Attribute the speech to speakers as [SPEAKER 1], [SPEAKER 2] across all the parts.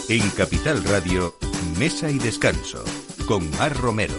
[SPEAKER 1] En Capital Radio, Mesa y Descanso, con Mar Romero.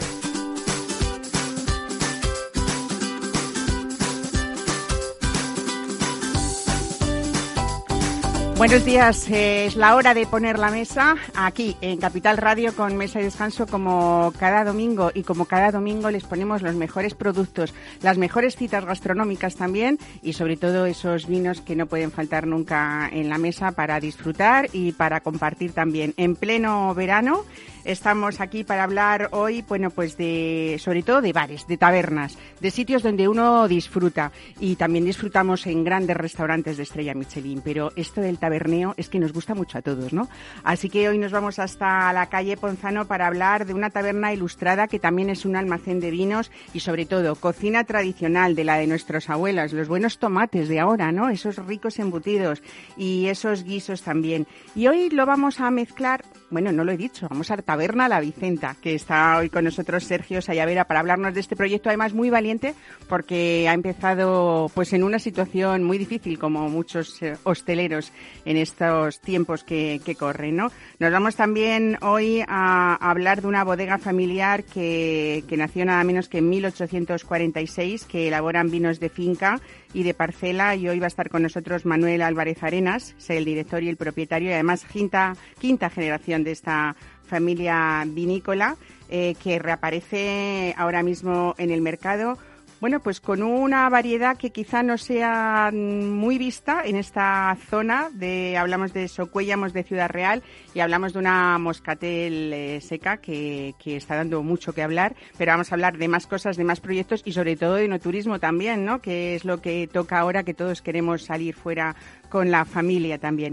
[SPEAKER 2] Buenos días, es la hora de poner la mesa aquí en Capital Radio con Mesa y Descanso como cada domingo, y como cada domingo les ponemos los mejores productos, las mejores citas gastronómicas también, y sobre todo esos vinos que no pueden faltar nunca en la mesa para disfrutar y para compartir también. En pleno verano estamos aquí para hablar hoy, bueno, pues sobre todo de bares, de tabernas, de sitios donde uno disfruta, y también disfrutamos en grandes restaurantes de estrella Michelin, pero esto del taberneo es que nos gusta mucho a todos, ¿no? Así que hoy nos vamos hasta la calle Ponzano para hablar de una taberna ilustrada que también es un almacén de vinos y sobre todo cocina tradicional de la de nuestros abuelos, los buenos tomates de ahora, ¿no? Esos ricos embutidos y esos guisos también. Y hoy lo vamos a mezclar, bueno, no lo he dicho, vamos a Taberna La Vicenta, que está hoy con nosotros Sergio Sayavera para hablarnos de este proyecto, además muy valiente porque ha empezado pues en una situación muy difícil como muchos hosteleros en estos tiempos que corren, ¿no? Nos vamos también hoy a hablar de una bodega familiar que nació nada menos que en 1846, que elaboran vinos de finca y de parcela, y hoy va a estar con nosotros Manuel Álvarez Arenas, es el director y el propietario, y además quinta generación de esta familia vinícola que reaparece ahora mismo en el mercado. Bueno, pues con una variedad que quizá no sea muy vista en esta zona. Hablamos de Socuéllamos de Ciudad Real y hablamos de una moscatel seca que está dando mucho que hablar, pero vamos a hablar de más cosas, de más proyectos y sobre todo de enoturismo también, ¿no? Que es lo que toca ahora, que todos queremos salir fuera con la familia también.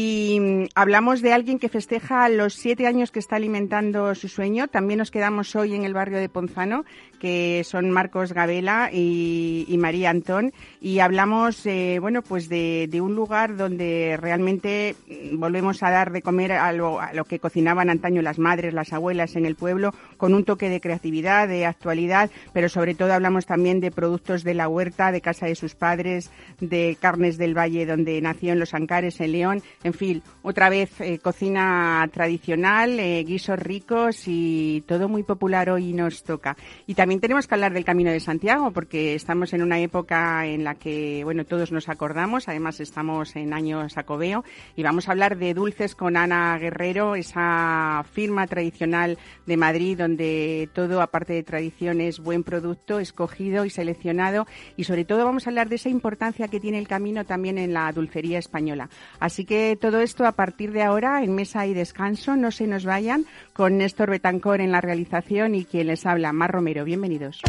[SPEAKER 2] Y hablamos de alguien que festeja los 7 años que está alimentando su sueño. También nos quedamos hoy en el barrio de Ponzano, que son Marcos Gabela y María Antón, y hablamos bueno, pues de un lugar donde realmente volvemos a dar de comer a lo que cocinaban antaño las madres, las abuelas en el pueblo, con un toque de creatividad, de actualidad, pero sobre todo hablamos también de productos de la huerta, de casa de sus padres, de carnes del valle donde nació en Los Ancares, en León. En fin, otra vez cocina tradicional, guisos ricos y todo muy popular hoy nos toca. Y también tenemos que hablar del Camino de Santiago, porque estamos en una época en la que, bueno, todos nos acordamos, además estamos en año Xacobeo, y vamos a hablar de dulces con Ana Guerrero, esa firma tradicional de Madrid donde todo, aparte de tradición, es buen producto, escogido y seleccionado, y sobre todo vamos a hablar de esa importancia que tiene el camino también en la dulcería española. Así que todo esto a partir de ahora en Mesa y Descanso, no se nos vayan, con Néstor Betancor en la realización y quien les habla, Mar Romero. Bienvenidos.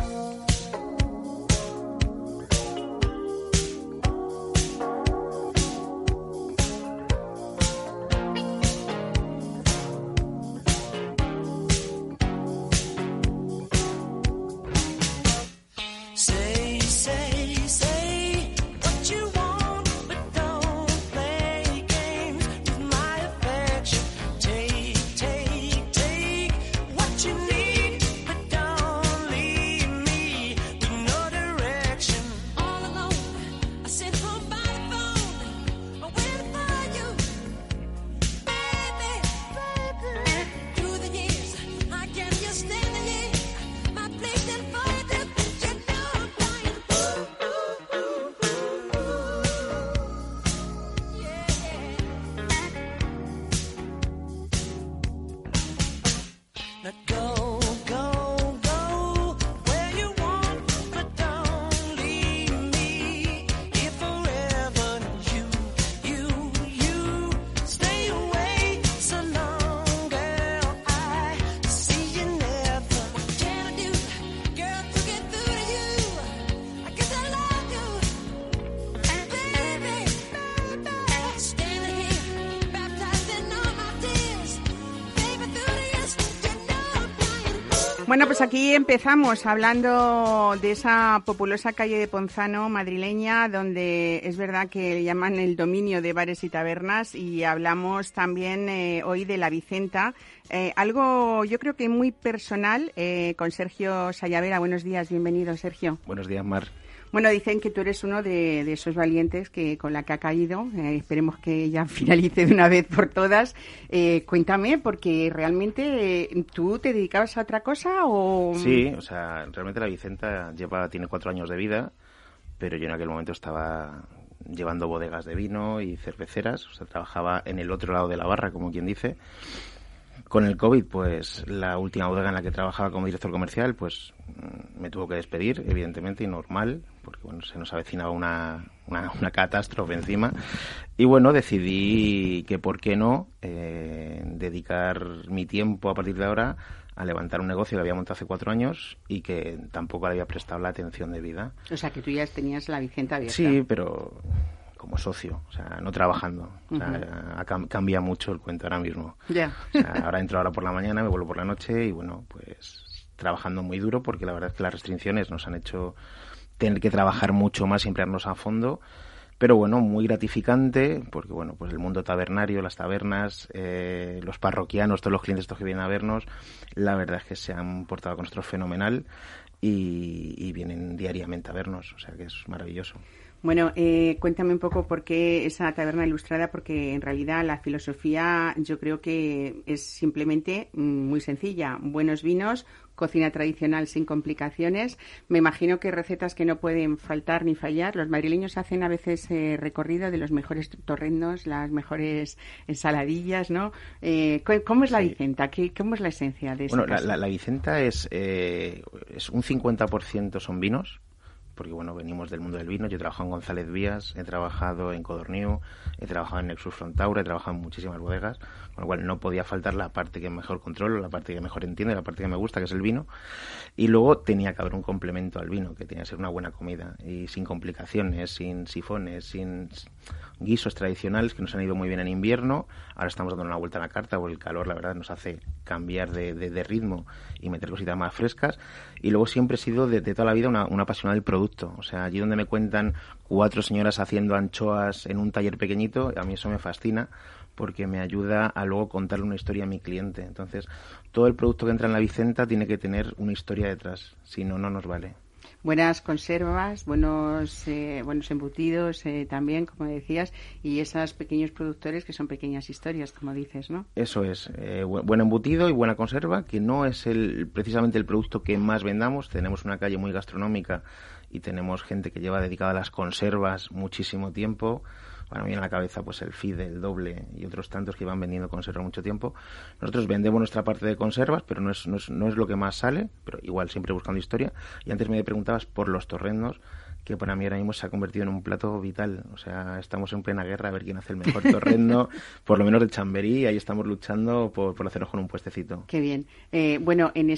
[SPEAKER 2] Bueno, pues aquí empezamos hablando de esa populosa calle de Ponzano madrileña, donde es verdad que le llaman el dominio de bares y tabernas, y hablamos también hoy de La Vicenta, algo yo creo que muy personal, con Sergio Sayavera. Buenos días, bienvenido, Sergio.
[SPEAKER 3] Buenos días, Mar.
[SPEAKER 2] Bueno, dicen que tú eres uno de esos valientes que con la que ha caído. Esperemos que ya finalice de una vez por todas. Cuéntame, porque realmente ¿tú te dedicabas a otra cosa o...?
[SPEAKER 3] Sí, o sea, realmente la Vicenta tiene 4 años de vida, pero yo en aquel momento estaba llevando bodegas de vino y cerveceras, o sea, trabajaba en el otro lado de la barra, como quien dice. Con el COVID, pues la última bodega en la que trabajaba como director comercial, pues me tuvo que despedir, evidentemente, y normal, porque bueno, se nos avecinaba una catástrofe encima. Y bueno, decidí que por qué no dedicar mi tiempo a partir de ahora a levantar un negocio que había montado hace 4 años y que tampoco le había prestado la atención debida.
[SPEAKER 2] O sea, que tú ya tenías la Vicenta abierta.
[SPEAKER 3] Sí, pero como socio, o sea, no trabajando. O sea, cambia mucho el cuento ahora mismo.
[SPEAKER 2] Ya.
[SPEAKER 3] O sea, ahora entro por la mañana, me vuelvo por la noche y bueno, pues trabajando muy duro porque la verdad es que las restricciones nos han hecho tener que trabajar mucho más y emplearnos a fondo. Pero bueno, muy gratificante, porque bueno, pues el mundo tabernario, las tabernas, los parroquianos, todos los clientes estos que vienen a vernos, la verdad es que se han portado con nosotros fenomenal y vienen diariamente a vernos, o sea que es maravilloso.
[SPEAKER 2] Bueno, cuéntame un poco por qué esa taberna ilustrada, porque en realidad la filosofía yo creo que es simplemente muy sencilla. Buenos vinos, cocina tradicional sin complicaciones. Me imagino que recetas que no pueden faltar ni fallar. Los madrileños hacen a veces recorrido de los mejores torrendos, las mejores ensaladillas, ¿no? ¿Cómo es la Vicenta? ¿Cómo es la esencia de eso?
[SPEAKER 3] Bueno, la Vicenta es un 50% son vinos, porque bueno, venimos del mundo del vino. Yo he trabajado en González Vías, he trabajado en Codorniu, he trabajado en Nexus Frontaura, he trabajado en muchísimas bodegas, con lo cual no podía faltar la parte que mejor controlo, la parte que mejor entiendo, la parte que me gusta, que es el vino. Y luego tenía que haber un complemento al vino, que tenía que ser una buena comida, y sin complicaciones, sin sifones, sin guisos tradicionales que nos han ido muy bien en invierno. Ahora estamos dando una vuelta a la carta, porque el calor, la verdad, nos hace cambiar de ritmo y meter cositas más frescas. Y luego siempre he sido, de toda la vida, una apasionada del producto. O sea, allí donde me cuentan 4 señoras haciendo anchoas en un taller pequeñito, a mí eso me fascina, porque me ayuda a luego contarle una historia a mi cliente. Entonces, todo el producto que entra en la Vicenta tiene que tener una historia detrás, si no, no nos vale.
[SPEAKER 2] Buenas conservas, buenos embutidos también, como decías, y esos pequeños productores que son pequeñas historias, como dices, ¿no?
[SPEAKER 3] Eso es, buen embutido y buena conserva, que no es precisamente el producto que más vendamos. Tenemos una calle muy gastronómica y tenemos gente que lleva dedicada a las conservas muchísimo tiempo. Para mí en la cabeza pues el Fide, el Doble y otros tantos que van vendiendo conserva mucho tiempo. Nosotros vendemos nuestra parte de conservas, pero no es lo que más sale, pero igual siempre buscando historia. Y antes me preguntabas por los torrendos, que para mí ahora mismo se ha convertido en un plato vital. O sea, estamos en plena guerra a ver quién hace el mejor torrendo, por lo menos de Chamberí, ahí estamos luchando por hacernos con un puestecito.
[SPEAKER 2] Qué bien. Bueno, en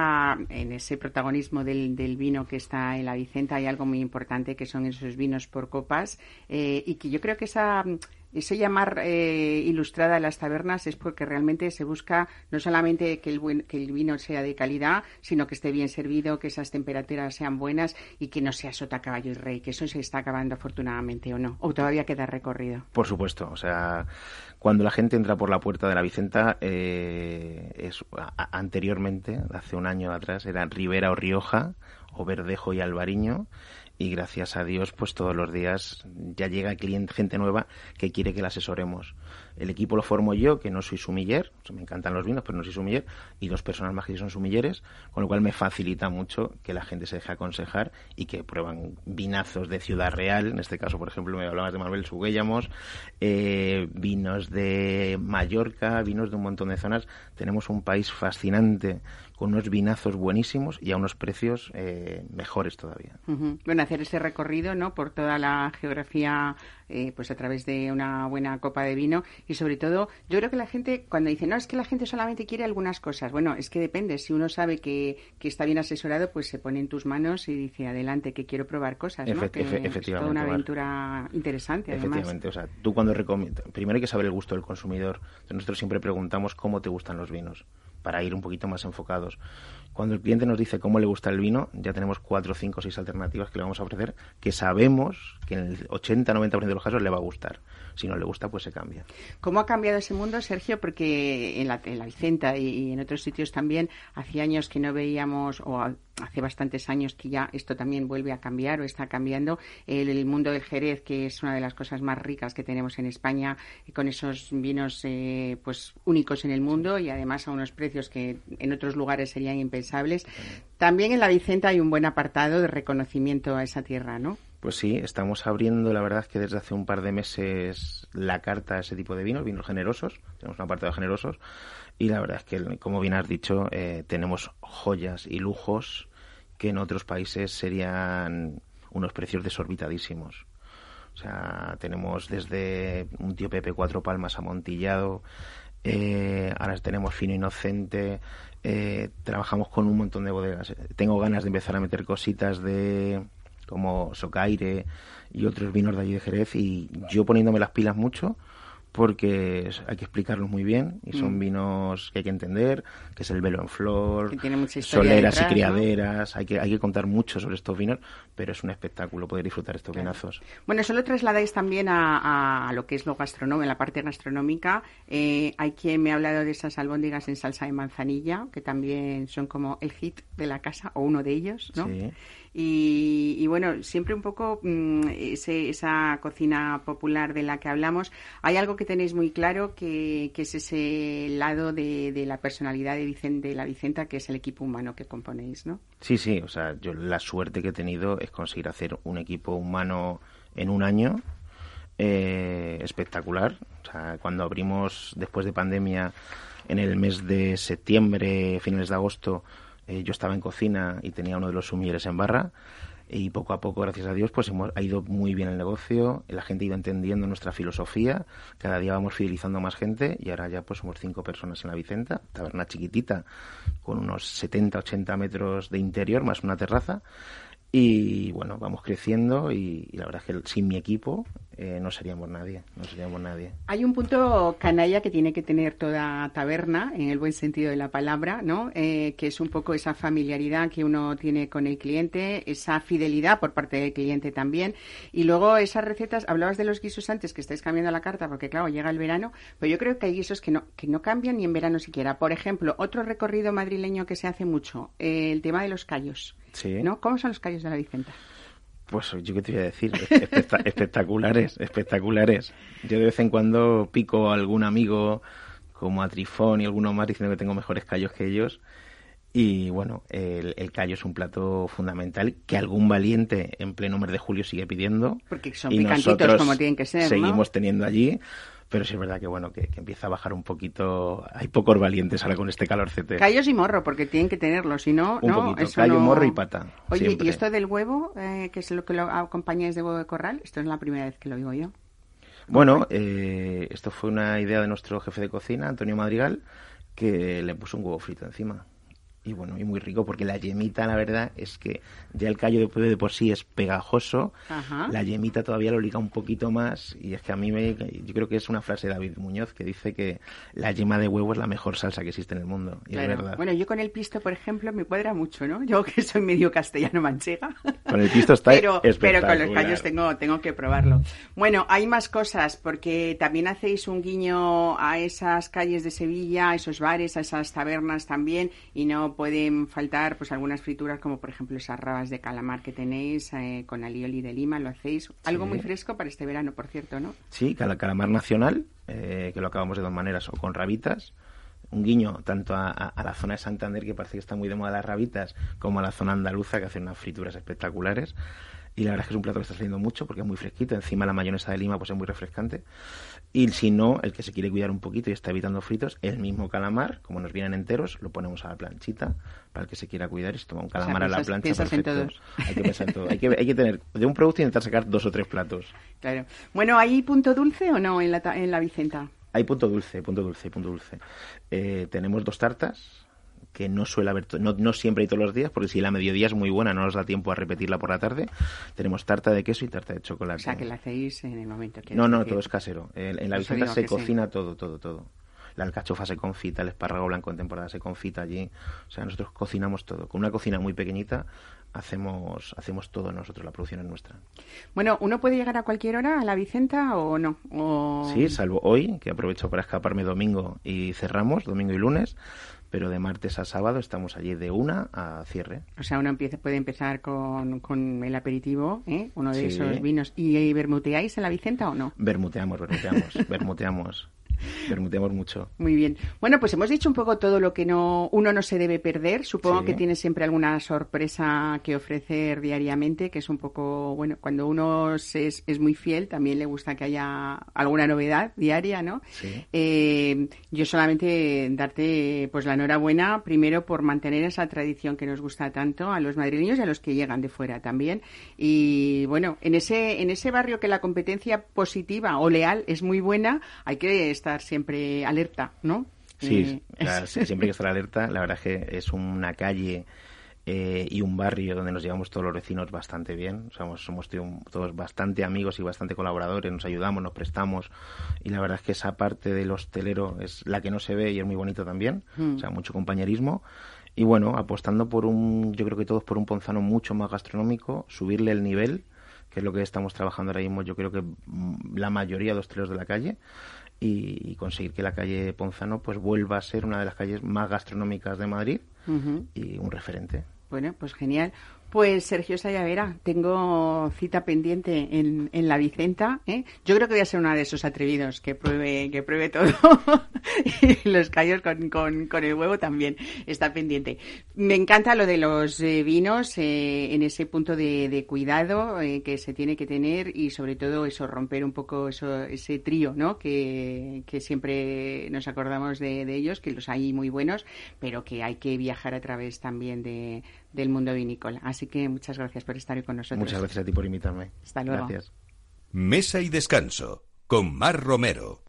[SPEAKER 2] ese protagonismo del vino que está en la Vicenta hay algo muy importante, que son esos vinos por copas, y que yo creo que ese llamar ilustrada a las tabernas es porque realmente se busca no solamente que el vino sea de calidad, sino que esté bien servido, que esas temperaturas sean buenas y que no sea sota, caballo y rey, que eso se está acabando afortunadamente, ¿o no? ¿O todavía queda recorrido?
[SPEAKER 3] Por supuesto, o sea, cuando la gente entra por la puerta de la Vicenta, anteriormente, hace un año atrás, era Ribera o Rioja, o Verdejo y Albariño. Y gracias a Dios, pues todos los días ya llega gente nueva que quiere que la asesoremos. El equipo lo formo yo, que no soy sumiller, o sea, me encantan los vinos, pero no soy sumiller, y 2 personas más que son sumilleres, con lo cual me facilita mucho que la gente se deje aconsejar y que prueban vinazos de Ciudad Real. En este caso, por ejemplo, me hablabas de Marbel Suguellamos, vinos de Mallorca, vinos de un montón de zonas. Tenemos un país fascinante, con unos vinazos buenísimos y a unos precios mejores todavía.
[SPEAKER 2] Uh-huh. Bueno, hacer ese recorrido, ¿no?, por toda la geografía, pues a través de una buena copa de vino, y sobre todo, yo creo que la gente, cuando dice, no, es que la gente solamente quiere algunas cosas, bueno, es que depende. Si uno sabe que está bien asesorado, pues se pone en tus manos y dice, adelante, que quiero probar cosas, ¿no?
[SPEAKER 3] Efectivamente.
[SPEAKER 2] Es toda una aventura interesante, además.
[SPEAKER 3] Efectivamente, o sea, tú cuando recomiendas, primero hay que saber el gusto del consumidor. Entonces nosotros siempre preguntamos cómo te gustan los vinos, para ir un poquito más enfocados. Cuando el cliente nos dice cómo le gusta el vino, ya tenemos 4, 5, 6 alternativas que le vamos a ofrecer, que sabemos que en el 80-90% de los casos le va a gustar. Si no le gusta, pues se cambia.
[SPEAKER 2] ¿Cómo ha cambiado ese mundo, Sergio? Porque en la Vicenta y en otros sitios también, hacía años que no veíamos, o hace bastantes años que ya esto también vuelve a cambiar o está cambiando. El mundo del Jerez, que es una de las cosas más ricas que tenemos en España, con esos vinos pues únicos en el mundo y además a unos precios que en otros lugares serían impensables. También en la Vicenta hay un buen apartado de reconocimiento a esa tierra, ¿no?
[SPEAKER 3] Pues sí, estamos abriendo, la verdad, que desde hace un par de meses la carta a ese tipo de vinos generosos. Tenemos un apartado de generosos y la verdad es que, como bien has dicho, tenemos joyas y lujos que en otros países serían unos precios desorbitadísimos. O sea, tenemos desde un tío Pepe Cuatro Palmas amontillado, ahora tenemos Fino Inocente, trabajamos con un montón de bodegas. Tengo ganas de empezar a meter cositas de como Socaire y otros vinos de allí de Jerez, y yo poniéndome las pilas mucho porque hay que explicarlos muy bien y son vinos que hay que entender, que es el velo en flor,
[SPEAKER 2] que tiene mucha historia
[SPEAKER 3] soleras
[SPEAKER 2] detrás,
[SPEAKER 3] y criaderas, ¿no? Hay que contar mucho sobre estos vinos, pero es un espectáculo poder disfrutar estos vinazos.
[SPEAKER 2] Bueno, eso lo trasladáis también a lo que es lo gastronómico, en la parte gastronómica. Hay quien me ha hablado de esas albóndigas en salsa de manzanilla, que también son como el hit de la casa, o uno de ellos, ¿no?
[SPEAKER 3] Sí.
[SPEAKER 2] Y bueno, siempre un poco esa cocina popular de la que hablamos. Hay algo que tenéis muy claro, que es ese lado de la personalidad de la Vicenta, que es el equipo humano que componéis, ¿no?
[SPEAKER 3] Sí, o sea, yo la suerte que he tenido es conseguir hacer un equipo humano en un año espectacular. O sea, cuando abrimos después de pandemia en el mes de septiembre, finales de agosto, yo estaba en cocina y tenía uno de los sumilleres en barra, y poco a poco, gracias a Dios, pues ha ido muy bien el negocio, la gente ha ido entendiendo nuestra filosofía, cada día vamos fidelizando a más gente y ahora ya pues somos 5 personas en la Vicenta, taberna chiquitita con unos 70-80 metros de interior más una terraza. Y bueno, vamos creciendo y la verdad es que sin mi equipo no seríamos nadie.
[SPEAKER 2] Hay un punto canalla que tiene que tener toda taberna, en el buen sentido de la palabra, ¿no? Que es un poco esa familiaridad que uno tiene con el cliente, esa fidelidad por parte del cliente también. Y luego esas recetas, hablabas de los guisos antes, que estáis cambiando la carta porque claro, llega el verano, pero yo creo que hay guisos que no cambian ni en verano siquiera. Por ejemplo, otro recorrido madrileño que se hace mucho, el tema de los callos.
[SPEAKER 3] Sí.
[SPEAKER 2] ¿No? ¿Cómo son los callos de la Vicenta?
[SPEAKER 3] Pues yo qué te voy a decir, espectaculares. Yo de vez en cuando pico a algún amigo como a Trifón y alguno más diciendo que tengo mejores callos que ellos. Y bueno, el callo es un plato fundamental que algún valiente en pleno mes de julio sigue pidiendo.
[SPEAKER 2] Porque son picantitos como tienen que ser,
[SPEAKER 3] seguimos
[SPEAKER 2] ¿no?
[SPEAKER 3] teniendo allí. Pero sí es verdad que bueno, que empieza a bajar un poquito. Hay pocos valientes ahora con este calorcete.
[SPEAKER 2] Callos y morro, porque tienen que tenerlo, si no,
[SPEAKER 3] un
[SPEAKER 2] no.
[SPEAKER 3] Poquito,
[SPEAKER 2] eso
[SPEAKER 3] callo,
[SPEAKER 2] no...
[SPEAKER 3] morro y pata.
[SPEAKER 2] Oye,
[SPEAKER 3] siempre.
[SPEAKER 2] ¿y esto del huevo, que es lo que lo acompañáis de huevo de corral? Esto es la primera vez que lo digo yo.
[SPEAKER 3] Bueno, esto fue una idea de nuestro jefe de cocina, Antonio Madrigal, que le puso un huevo frito encima. Y bueno, y muy rico, porque la yemita, la verdad, es que ya el callo de por sí es pegajoso.
[SPEAKER 2] Ajá.
[SPEAKER 3] La yemita todavía lo liga un poquito más, y es que yo creo que es una frase de David Muñoz que dice que la yema de huevo es la mejor salsa que existe en el mundo, y
[SPEAKER 2] claro.
[SPEAKER 3] es verdad.
[SPEAKER 2] Bueno, yo con el pisto, por ejemplo, me cuadra mucho, ¿no? Yo que soy medio castellano manchega.
[SPEAKER 3] Con el pisto está espectacular.
[SPEAKER 2] Pero con los callos tengo que probarlo. Bueno, hay más cosas, porque también hacéis un guiño a esas calles de Sevilla, a esos bares, a esas tabernas también, y no pueden faltar pues algunas frituras como por ejemplo esas rabas de calamar que tenéis con alioli de Lima, lo hacéis. Algo muy fresco para este verano, por cierto, ¿no?
[SPEAKER 3] Sí, calamar nacional, que lo acabamos de dos maneras, o con rabitas, un guiño tanto a la zona de Santander, que parece que está muy de moda las rabitas, como a la zona andaluza, que hacen unas frituras espectaculares. Y la verdad es que es un plato que está saliendo mucho porque es muy fresquito. Encima la mayonesa de Lima pues es muy refrescante. Y si no, el que se quiere cuidar un poquito y está evitando fritos, el mismo calamar, como nos vienen enteros, lo ponemos a la planchita para el que se quiera cuidar y se toma un calamar a la plancha.
[SPEAKER 2] Piensas
[SPEAKER 3] perfecto.
[SPEAKER 2] En todos.
[SPEAKER 3] Hay que pensar en todo. Hay que tener de un producto y intentar sacar 2 o 3 platos.
[SPEAKER 2] Claro. Bueno, ¿hay punto dulce o no en la Vicenta?
[SPEAKER 3] Hay punto dulce. Tenemos 2 tartas que no suele haber, no siempre y todos los días, porque si la mediodía es muy buena no nos da tiempo a repetirla por la tarde. Tenemos tarta de queso y tarta de chocolate.
[SPEAKER 2] O sea, que la hacéis en el momento.
[SPEAKER 3] No, todo es casero. En la Vicenta se cocina todo. La alcachofa se confita, el espárrago blanco en temporada se confita allí. O sea, nosotros cocinamos todo. Con una cocina muy pequeñita hacemos todo nosotros, la producción es nuestra.
[SPEAKER 2] Bueno, ¿uno puede llegar a cualquier hora a la Vicenta o no?
[SPEAKER 3] Sí, salvo hoy, que aprovecho para escaparme domingo y cerramos, domingo y lunes. pero de martes a sábado estamos allí de 1 a cierre.
[SPEAKER 2] O sea, uno puede empezar con el aperitivo, uno de esos vinos. ¿Y vermuteáis en la Vicenta o no?
[SPEAKER 3] Vermuteamos mucho.
[SPEAKER 2] Muy bien. Bueno, pues hemos dicho un poco todo lo que uno no se debe perder. Supongo que tiene siempre alguna sorpresa que ofrecer diariamente, que es un poco, bueno, cuando uno es muy fiel, también le gusta que haya alguna novedad diaria, ¿no?
[SPEAKER 3] Sí.
[SPEAKER 2] Yo solamente darte pues la enhorabuena, primero por mantener esa tradición que nos gusta tanto a los madrileños y a los que llegan de fuera también. Y bueno, en ese barrio que la competencia positiva o leal es muy buena, hay que estar siempre alerta, ¿no?
[SPEAKER 3] Sí, siempre hay que estar alerta. La verdad es que es una calle y un barrio donde nos llevamos todos los vecinos bastante bien. O sea, somos todos bastante amigos y bastante colaboradores, nos ayudamos, nos prestamos, y la verdad es que esa parte del hostelero es la que no se ve y es muy bonito también. O sea, mucho compañerismo. Y bueno, apostando yo creo que todos por un Ponzano mucho más gastronómico, subirle el nivel, que es lo que estamos trabajando ahora mismo, yo creo que la mayoría de hosteleros de la calle, y conseguir que la calle Ponzano pues vuelva a ser una de las calles más gastronómicas de Madrid y un referente.
[SPEAKER 2] Bueno, pues genial. Pues Sergio Sayavera, tengo cita pendiente en la Vicenta, ¿eh? Yo creo que voy a ser una de esos atrevidos que pruebe todo. Y los callos con el huevo también está pendiente. Me encanta lo de los vinos en ese punto de cuidado que se tiene que tener, y sobre todo eso, romper un poco ese trío, ¿no? Que siempre nos acordamos de ellos, que los hay muy buenos, pero que hay que viajar a través también del mundo vinícola. Así que muchas gracias por estar hoy con nosotros.
[SPEAKER 3] Muchas gracias a ti por invitarme.
[SPEAKER 2] Hasta luego.
[SPEAKER 3] Gracias.
[SPEAKER 1] Mesa y Descanso, con Mar Romero.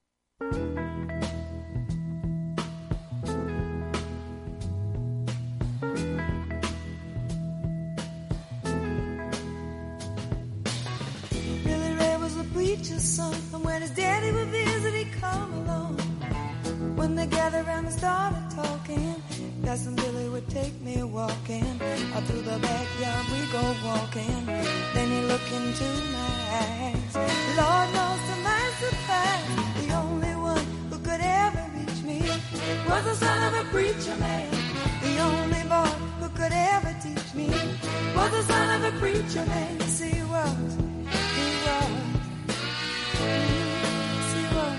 [SPEAKER 4] Billy Ray was a preacher's son, and when his daddy would visit, he'd come along. When they gathered around and started talking, Cousin Billy would take me walking. Out through the backyard we go walking. Then he looked into my eyes. Lord knows to my surprise, the only one who could ever reach me was the son of a preacher man. The only boy who could ever teach me was the son of a preacher man. Yes, he was. He was. Yes, he was.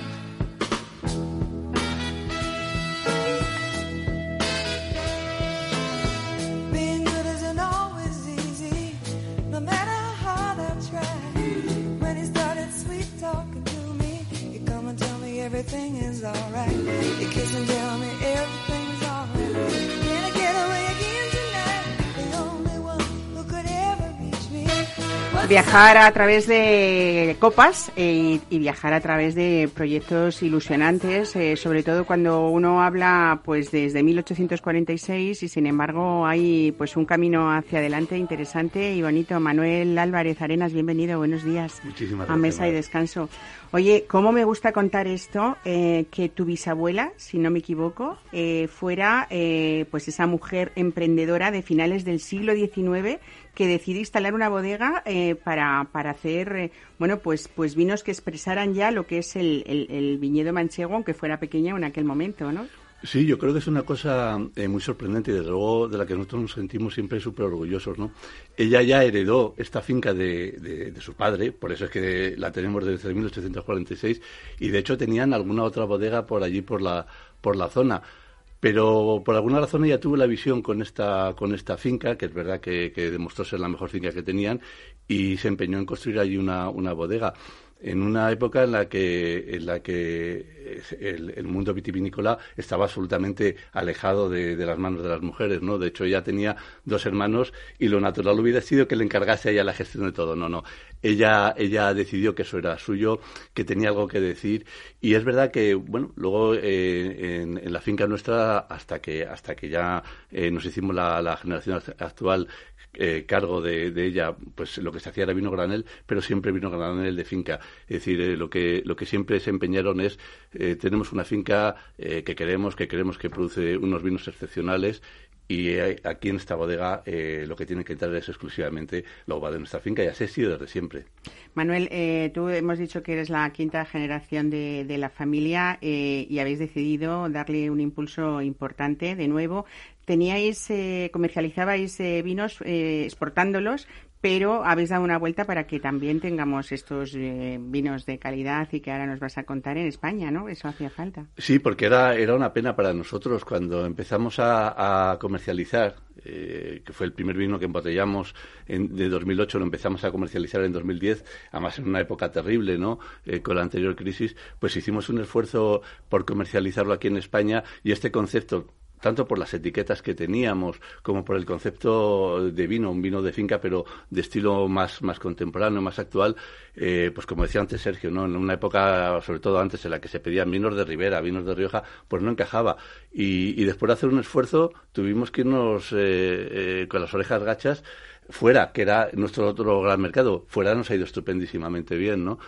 [SPEAKER 4] Everything is alright. You kiss and tell me everything's alright. Can I get away again tonight? The only one who could ever reach me.
[SPEAKER 2] Viajar a través de copas y viajar a través de proyectos ilusionantes, sobre todo cuando uno habla pues desde 1846, y sin embargo hay pues un camino hacia adelante interesante y bonito. Manuel Álvarez Arenas, bienvenido, buenos días.
[SPEAKER 5] Muchísimas
[SPEAKER 2] a
[SPEAKER 5] gracias,
[SPEAKER 2] Mesa y Descanso. Oye, cómo me gusta contar esto, que tu bisabuela, si no me equivoco, fuera pues esa mujer emprendedora de finales del siglo XIX que decide instalar una bodega para hacer bueno pues vinos que expresaran ya lo que es el viñedo manchego, aunque fuera pequeño en aquel momento, ¿no?
[SPEAKER 5] Sí, yo creo que es una cosa muy sorprendente y desde luego de la que nosotros nos sentimos siempre súper orgullosos, ¿no? Ella ya heredó esta finca de su padre, por eso es que la tenemos desde 1846, y de hecho tenían alguna otra bodega por allí, por la zona. Pero por alguna razón ella tuvo la visión con esta finca, que es verdad que demostró ser la mejor finca que tenían, y se empeñó en construir allí una bodega. En una época en la que el mundo vitivinícola estaba absolutamente alejado de las manos de las mujeres, ¿no? De hecho, ella tenía 2 hermanos y lo natural hubiera sido que le encargase a ella la gestión de todo. No. Ella decidió que eso era suyo, que tenía algo que decir, y es verdad que, bueno, luego en la finca nuestra, hasta que ya nos hicimos la generación actual cargo de ella, pues lo que se hacía era vino granel, pero siempre vino granel de finca. Es decir, lo que siempre se empeñaron es tenemos una finca que queremos que produce unos vinos excepcionales, y aquí en esta bodega lo que tiene que entrar es exclusivamente la uva de nuestra finca, y así ha sido desde siempre.
[SPEAKER 2] Manuel, tú hemos dicho que eres la quinta generación de la familia y habéis decidido darle un impulso importante de nuevo. Comercializabais vinos exportándolos, pero habéis dado una vuelta para que también tengamos estos vinos de calidad y que ahora nos vas a contar en España, ¿no? Eso hacía falta.
[SPEAKER 5] Sí, porque era una pena para nosotros cuando empezamos a comercializar, que fue el primer vino que embotellamos de 2008, lo empezamos a comercializar en 2010, además en una época terrible, ¿no? Con la anterior crisis, pues hicimos un esfuerzo por comercializarlo aquí en España, y este concepto, tanto por las etiquetas que teníamos como por el concepto de vino, un vino de finca pero de estilo más contemporáneo, más actual, pues como decía antes Sergio, ¿no? En una época, sobre todo antes, en la que se pedían vinos de Ribera, vinos de Rioja, pues no encajaba. Y después de hacer un esfuerzo tuvimos que irnos con las orejas gachas fuera, que era nuestro otro gran mercado. Fuera nos ha ido estupendísimamente bien, ¿no?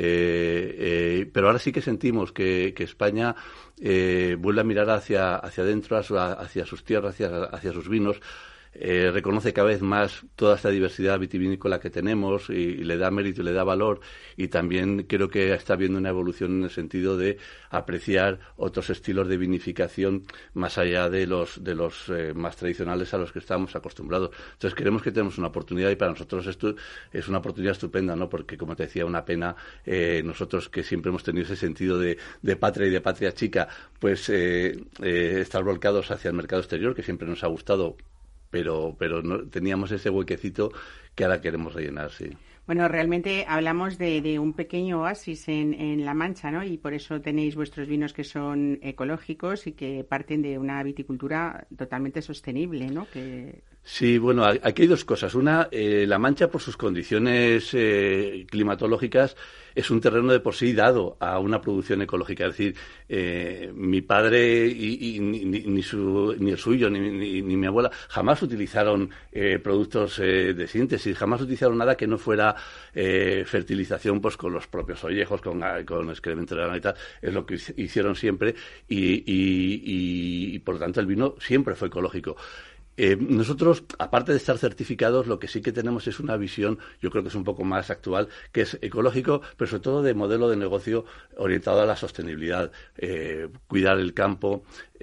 [SPEAKER 5] Pero ahora sí que sentimos que España vuelve a mirar hacia adentro, hacia sus tierras, hacia sus vinos. Reconoce cada vez más toda esta diversidad vitivinícola que tenemos y le da mérito y le da valor, y también creo que está habiendo una evolución en el sentido de apreciar otros estilos de vinificación más allá de los más tradicionales a los que estamos acostumbrados. Entonces creemos que tenemos una oportunidad, y para nosotros esto es una oportunidad estupenda, ¿no? Porque, como te decía, una pena, nosotros que siempre hemos tenido ese sentido de patria y de patria chica, pues estar volcados hacia el mercado exterior, que siempre nos ha gustado, pero no teníamos ese huequecito que ahora queremos rellenar, sí.
[SPEAKER 2] Bueno, realmente hablamos de un pequeño oasis en La Mancha, ¿no? Y por eso tenéis vuestros vinos que son ecológicos y que parten de una viticultura totalmente sostenible, ¿no?
[SPEAKER 5] Sí, bueno, aquí hay dos cosas. Una, La Mancha, por sus condiciones climatológicas, es un terreno de por sí dado a una producción ecológica. Es decir, mi padre y ni el suyo, ni mi abuela, jamás utilizaron productos de síntesis, jamás utilizaron nada que no fuera fertilización, pues con los propios ollejos, con excremento de ganado y tal. Es lo que hicieron siempre, y por lo tanto el vino siempre fue ecológico. Nosotros, aparte de estar certificados, lo que sí que tenemos es una visión, yo creo que es un poco más actual, que es ecológico, pero sobre todo de modelo de negocio orientado a la sostenibilidad, cuidar el campo,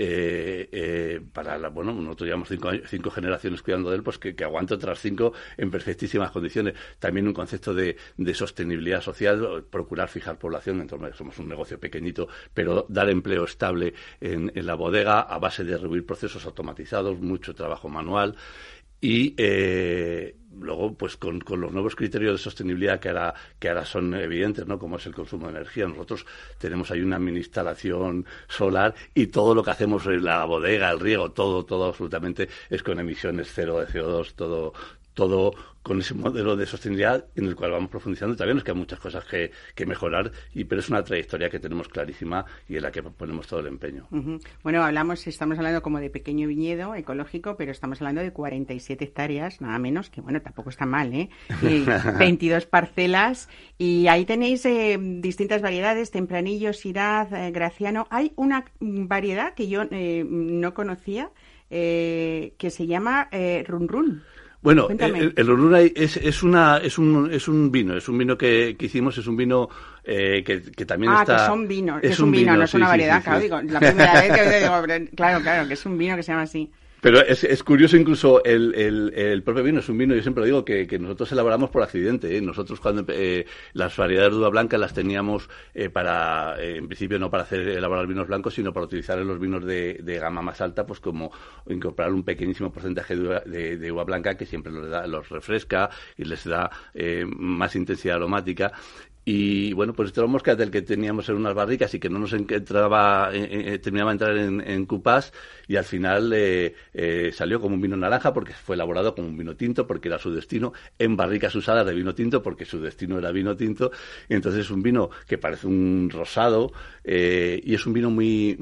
[SPEAKER 5] nosotros llevamos cinco generaciones cuidando de él, pues que aguante otras 5 en perfectísimas condiciones. También un concepto de sostenibilidad social, procurar fijar población, somos un negocio pequeñito, pero dar empleo estable en la bodega a base de reducir procesos automatizados, mucho trabajo manual, y luego, pues con los nuevos criterios de sostenibilidad que ahora son evidentes, ¿no? Como es el consumo de energía. Nosotros tenemos ahí una mini instalación solar, y todo lo que hacemos en la bodega, el riego, todo absolutamente es con emisiones cero de CO2, todo con ese modelo de sostenibilidad en el cual vamos profundizando. También es que hay muchas cosas que mejorar, pero es una trayectoria que tenemos clarísima y en la que ponemos todo el empeño.
[SPEAKER 2] Uh-huh. Bueno, estamos hablando como de pequeño viñedo ecológico, pero estamos hablando de 47 hectáreas, nada menos, que bueno, tampoco está mal, ¿eh? Y 22 parcelas, y ahí tenéis distintas variedades, Tempranillo, Syrah, Graciano. Hay una variedad que yo no conocía, que se llama Run Run.
[SPEAKER 5] Bueno, el Run Run es un vino que hicimos, es un vino que también está...
[SPEAKER 2] que son vinos, es un vino, no es una variedad, sí, claro, sí. Digo, la primera vez que digo, claro, que es un vino que se llama así.
[SPEAKER 5] Pero es curioso, incluso el propio vino es un vino, yo siempre lo digo, que nosotros elaboramos por accidente, ¿eh? Nosotros cuando las variedades de uva blanca las teníamos en principio no para elaborar vinos blancos, sino para utilizar en los vinos de gama más alta, pues como incorporar un pequeñísimo porcentaje de uva blanca que siempre los refresca y les da más intensidad aromática. Y bueno, pues este era un moscatel que teníamos en unas barricas y que no nos terminaba de entrar en cupás, y al final salió como un vino naranja porque fue elaborado como un vino tinto, porque era su destino, en barricas usadas de vino tinto porque su destino era vino tinto. Y entonces es un vino que parece un rosado, y es un vino muy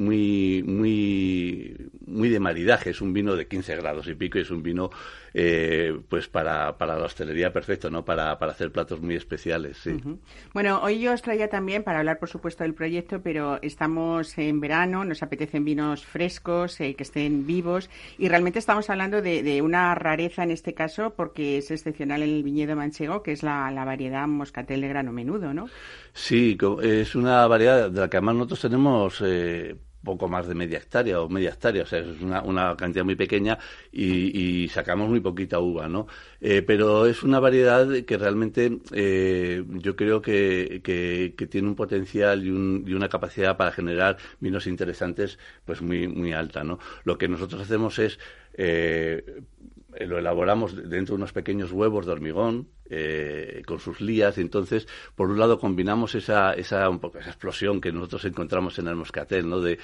[SPEAKER 5] de maridaje. Es un vino de 15 grados y pico, y es un vino pues para la hostelería perfecto, ¿no? Para hacer platos muy especiales, sí.
[SPEAKER 2] Uh-huh. Bueno, hoy yo os traía también para hablar, por supuesto, del proyecto, pero estamos en verano, nos apetecen vinos frescos, que estén vivos, y realmente estamos hablando de una rareza en este caso, porque es excepcional en el viñedo manchego, que es la variedad Moscatel de grano menudo, ¿no?
[SPEAKER 5] Sí, es una variedad de la que además nosotros tenemos poco más de media hectárea, o sea, es una cantidad muy pequeña y sacamos muy poquita uva, ¿no? Pero es una variedad que realmente yo creo que tiene un potencial y una capacidad para generar vinos interesantes pues muy, muy alta, ¿no? Lo que nosotros hacemos es lo elaboramos dentro de unos pequeños huevos de hormigón con sus lías, y entonces por un lado combinamos esa explosión que nosotros encontramos en el moscatel, ¿no? de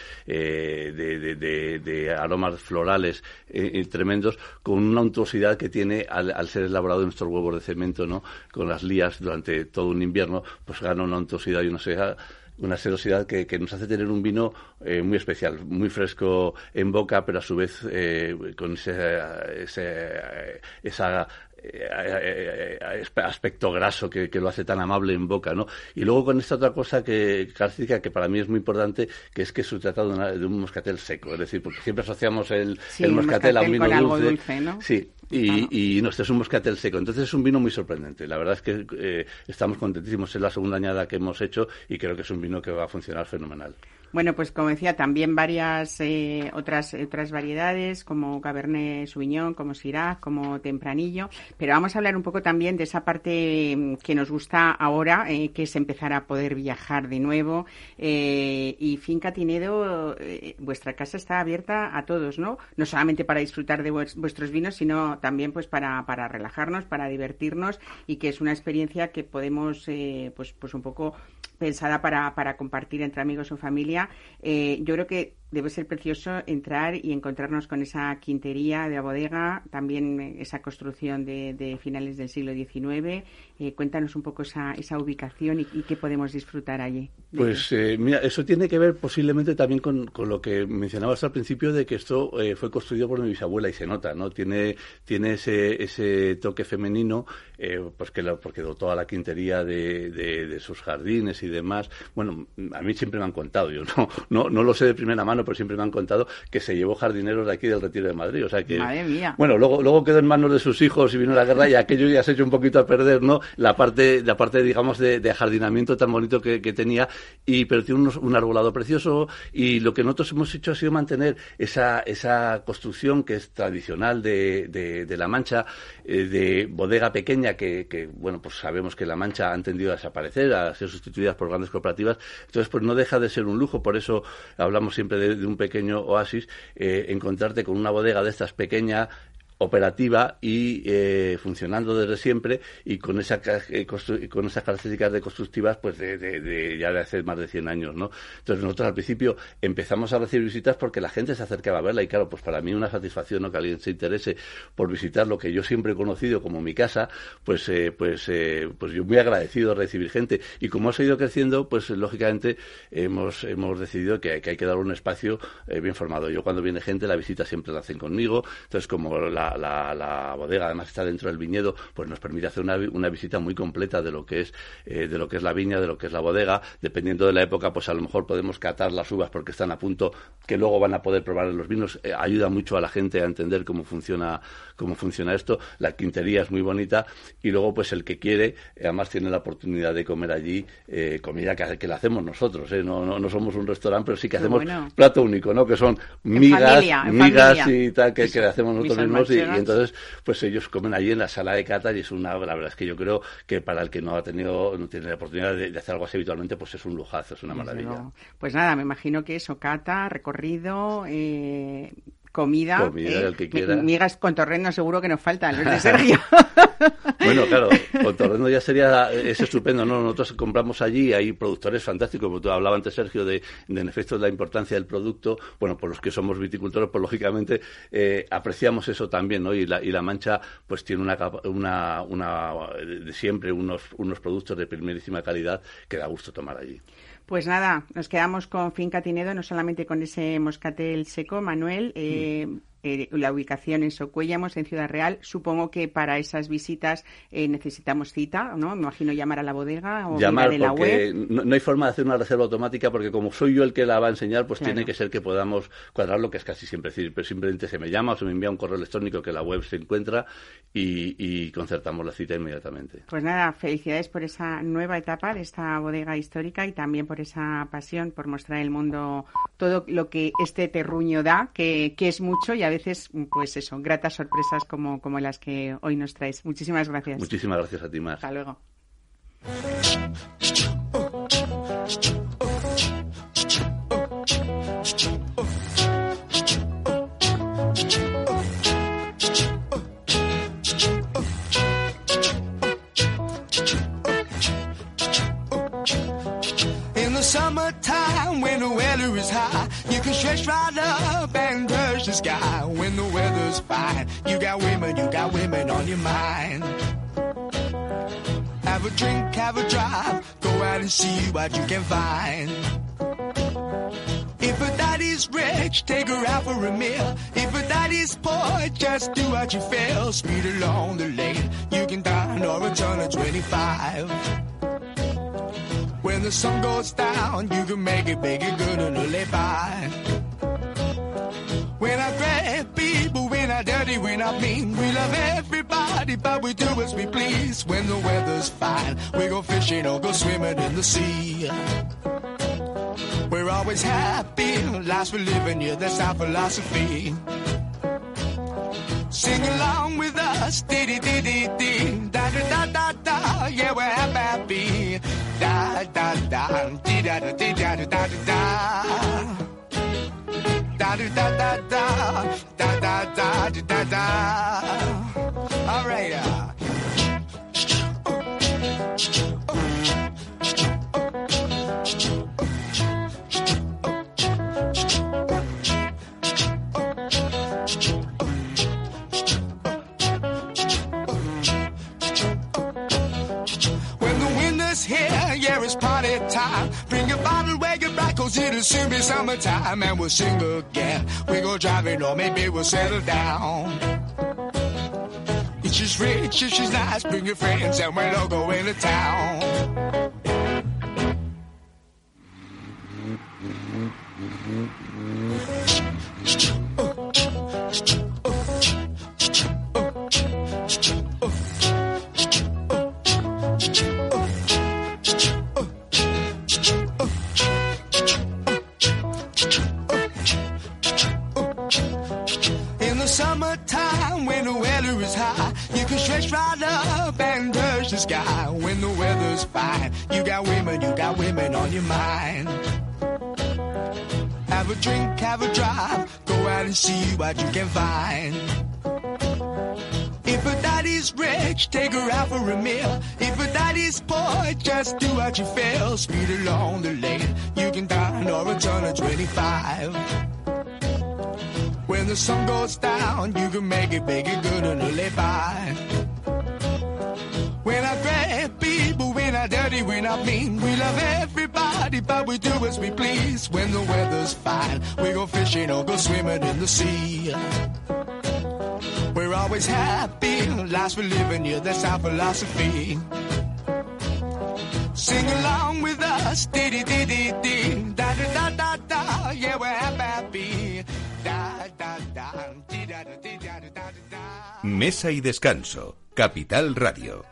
[SPEAKER 5] aromas florales tremendos, con una untuosidad que tiene al ser elaborado en nuestros huevos de cemento, ¿no? Con las lías durante todo un invierno, pues gana una untuosidad y una sedosidad que nos hace tener un vino muy especial, muy fresco en boca, pero a su vez con ese aspecto graso que lo hace tan amable en boca, ¿no? Y luego con esta otra cosa característica que para mí es muy importante, que es que es un tratado de un moscatel seco, es decir, porque siempre asociamos el moscatel a un vino
[SPEAKER 2] dulce, ¿no?
[SPEAKER 5] Sí. Y no, este es un moscatel seco. Entonces es un vino muy sorprendente. La verdad es que estamos contentísimos. Es la segunda añada que hemos hecho y creo que es un vino que va a funcionar fenomenal.
[SPEAKER 2] Bueno, pues como decía, también varias otras variedades como Cabernet Sauvignon, como Syrah, como Tempranillo, pero vamos a hablar un poco también de esa parte que nos gusta ahora, que es empezar a poder viajar de nuevo, y Finca Tinedo, vuestra casa está abierta a todos, ¿no? No solamente para disfrutar de vuestros vinos, sino también pues para relajarnos, para divertirnos, y que es una experiencia que podemos pues un poco pensada para compartir entre amigos o familia. Yo creo que debe ser precioso entrar y encontrarnos con esa quintería de la bodega, también esa construcción de finales del siglo XIX. Cuéntanos un poco esa ubicación y qué podemos disfrutar allí.
[SPEAKER 5] Pues mira, eso tiene que ver posiblemente también con lo que mencionabas al principio, de que esto fue construido por mi bisabuela, y se nota, ¿no? Tiene ese toque femenino, pues porque dotó a la quintería de sus jardines y demás. Bueno, a mí siempre me han contado, yo no lo sé de primera mano, pero siempre me han contado que se llevó jardineros de aquí del Retiro de Madrid, o sea que...
[SPEAKER 2] Madre mía.
[SPEAKER 5] Bueno, luego quedó en manos de sus hijos y vino la guerra, y aquello ya se ha hecho un poquito a perder, ¿no? La parte digamos, de ajardinamiento tan bonito que tenía, pero tiene un arbolado precioso, y lo que nosotros hemos hecho ha sido mantener esa construcción que es tradicional de La Mancha, de bodega pequeña, que bueno, pues sabemos que La Mancha han tendido a desaparecer, a ser sustituidas por grandes cooperativas. Entonces, pues no deja de ser un lujo. Por eso hablamos siempre de un pequeño oasis, encontrarte con una bodega de estas pequeña, operativa y funcionando desde siempre, y con esas características constructivas pues ya de hace más de 100 años, ¿no? Entonces nosotros al principio empezamos a recibir visitas porque la gente se acercaba a verla, y claro, pues para mí una satisfacción, ¿no? Que alguien se interese por visitar lo que yo siempre he conocido como mi casa, pues yo muy agradecido de recibir gente, y como ha ido creciendo, pues lógicamente hemos decidido que hay que dar un espacio bien formado. Yo cuando viene gente, la visita siempre la hacen conmigo, entonces como la bodega además está dentro del viñedo, pues nos permite hacer una visita muy completa de lo que es la viña, de lo que es la bodega. Dependiendo de la época, pues a lo mejor podemos catar las uvas porque están a punto, que luego van a poder probar en los vinos. Ayuda mucho a la gente a entender cómo funciona esto. La quintería es muy bonita, y luego pues el que quiere además tiene la oportunidad de comer allí comida que la hacemos nosotros, no somos un restaurante, pero sí que hacemos plato único, ¿no? Que son migas y tal, que le hacemos nosotros mismos, y entonces pues ellos comen allí en la sala de cata, y la verdad es que yo creo que para el que no tiene la oportunidad de hacer algo así habitualmente, pues es un lujazo, es una maravilla.
[SPEAKER 2] Pues nada, me imagino que eso, cata, recorrido, comida,
[SPEAKER 5] el que quiera.
[SPEAKER 2] Migas con torrendo seguro que nos faltan, los de Sergio.
[SPEAKER 5] Bueno, claro, con torrendo ya es estupendo, ¿no? Nosotros compramos allí, hay productores fantásticos, como tú hablabas antes, Sergio, en efecto, de la importancia del producto. Bueno, por los que somos viticultores, pues lógicamente apreciamos eso también, ¿no? Y la Mancha pues tiene de siempre unos productos de primerísima calidad que da gusto tomar allí.
[SPEAKER 2] Pues nada, nos quedamos con Finca Tinedo, no solamente con ese moscatel seco, Manuel. la ubicación en Socuéllamos, en Ciudad Real. Supongo que para esas visitas necesitamos cita, ¿no? Me imagino llamar a la bodega o
[SPEAKER 5] llamar
[SPEAKER 2] de la
[SPEAKER 5] porque
[SPEAKER 2] web.
[SPEAKER 5] No hay forma de hacer una reserva automática, porque como soy yo el que la va a enseñar, pues
[SPEAKER 2] Claro.
[SPEAKER 5] tiene que ser que podamos cuadrarlo, que es casi siempre decir, pero simplemente se me llama o se me envía un correo electrónico que la web se encuentra y concertamos la cita inmediatamente.
[SPEAKER 2] Pues nada, felicidades por esa nueva etapa de esta bodega histórica y también por esa pasión por mostrar al mundo todo lo que este terruño da, que es mucho, y a veces, pues eso, gratas sorpresas como las que hoy nos traes. Muchísimas gracias.
[SPEAKER 5] Muchísimas gracias a ti, Mar.
[SPEAKER 2] Hasta luego.
[SPEAKER 4] Summertime, when the weather is high, you can stretch right up and touch the sky. When the weather's fine, you got women on your mind. Have a drink, have a drive, go out and see what you can find. If a daddy's rich, take her out for a meal. If a daddy's poor, just do what you feel. Speed along the lane, you can dine or a ton of 25. When the sun goes down, you can make it big and good and lay by. We're not great people, we're not dirty, we're not mean. We love everybody, but we do as we please. When the weather's fine, we go fishing or go swimming in the sea. We're always happy, lives we're living, yeah, that's our philosophy. Sing along with us, dee-dee-dee-dee-dee, da-da-da-da-da, yeah, we're happy. Da-da-da, dee-da-da-dee-da-da-da-da. Da-da-da-da-da, da-da-da-da-da-da. All right, here, yeah, it's party time. Bring a bottle, wake it back, 'cause it'll soon be summertime. And we'll sing again. We go driving, or maybe we'll settle down. If she's rich, if she's nice, bring your friends, and we'll all go into town. Summertime, when the weather is high, you can stretch right up and touch the sky. When the weather's fine, you got women on your mind. Have a drink, have a drive, go out and see what you can find. If a daddy's rich, take her out for a meal. If a daddy's poor, just do what you feel. Speed along the lane, you can dine or a ton of 25. When the sun goes down, you can make it big and good and lay by. We're not great people, we're not dirty, we're not mean. We love everybody, but we do as we please. When the weather's fine, we go fishing or go swimming in the sea. We're always happy, lives we're living, yeah, that's our philosophy. Sing along with us, dee-dee-dee-dee-dee, da-da-da-da-da, yeah, we're happy.
[SPEAKER 1] Mesa y Descanso, Capital Radio.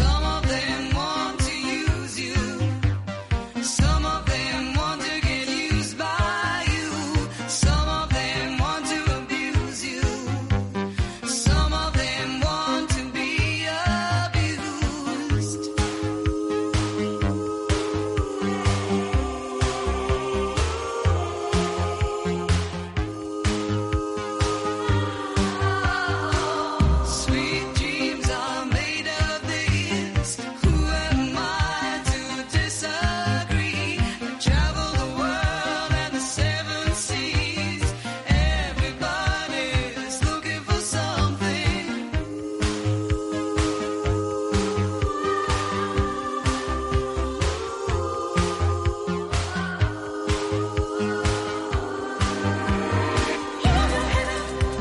[SPEAKER 4] Some of them want to get you.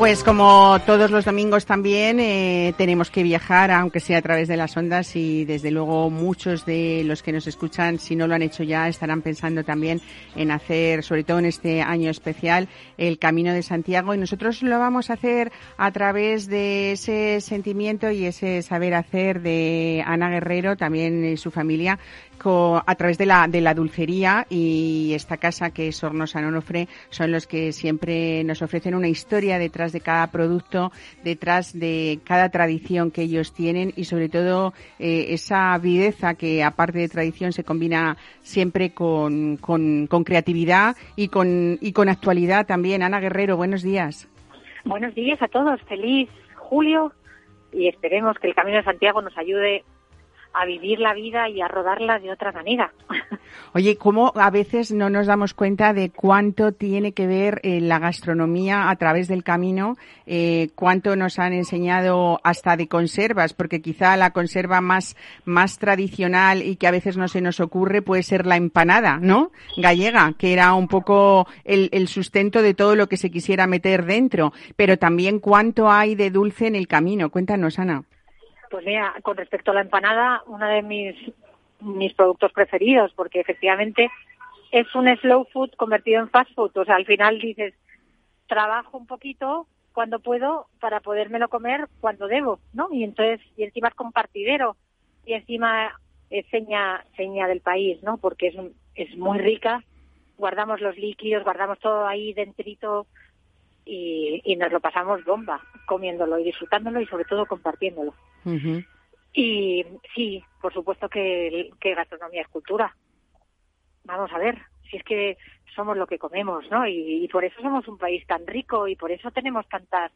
[SPEAKER 2] Pues como todos los domingos también tenemos que viajar, aunque sea a través de las ondas, y desde luego muchos de los que nos escuchan, si no lo han hecho ya, estarán pensando también en hacer, sobre todo en este año especial, el Camino de Santiago, y nosotros lo vamos a hacer a través de ese sentimiento y ese saber hacer de Ana Guerrero, también su familia, a través de la dulcería, y esta casa que es Hornos San Onofre son los que siempre nos ofrecen una historia detrás de cada producto, detrás de cada tradición que ellos tienen, y sobre todo esa viveza que aparte de tradición se combina siempre con creatividad y con actualidad también. Ana Guerrero, buenos días.
[SPEAKER 6] Buenos días a todos, feliz julio, y esperemos que el Camino de Santiago nos ayude a vivir la vida y a rodarla de otra manera.
[SPEAKER 2] Oye, ¿cómo a veces no nos damos cuenta de cuánto tiene que ver la gastronomía a través del camino? Cuánto nos han enseñado hasta de conservas, porque quizá la conserva más tradicional y que a veces no se nos ocurre puede ser la empanada, ¿no? Gallega, que era un poco el sustento de todo lo que se quisiera meter dentro. Pero también cuánto hay de dulce en el camino. Cuéntanos, Ana.
[SPEAKER 6] Pues mira, con respecto a la empanada, uno de mis productos preferidos, porque efectivamente es un slow food convertido en fast food. O sea, al final dices, trabajo un poquito cuando puedo para podérmelo comer cuando debo, ¿no? Y entonces, y encima es compartidero, y encima es seña del país, ¿no? Porque es muy rica, guardamos los líquidos, guardamos todo ahí dentrito, y nos lo pasamos bomba comiéndolo y disfrutándolo y sobre todo compartiéndolo. Uh-huh. Y sí, por supuesto que gastronomía es cultura. Vamos a ver, si es que somos lo que comemos, ¿no? Y por eso somos un país tan rico y por eso tenemos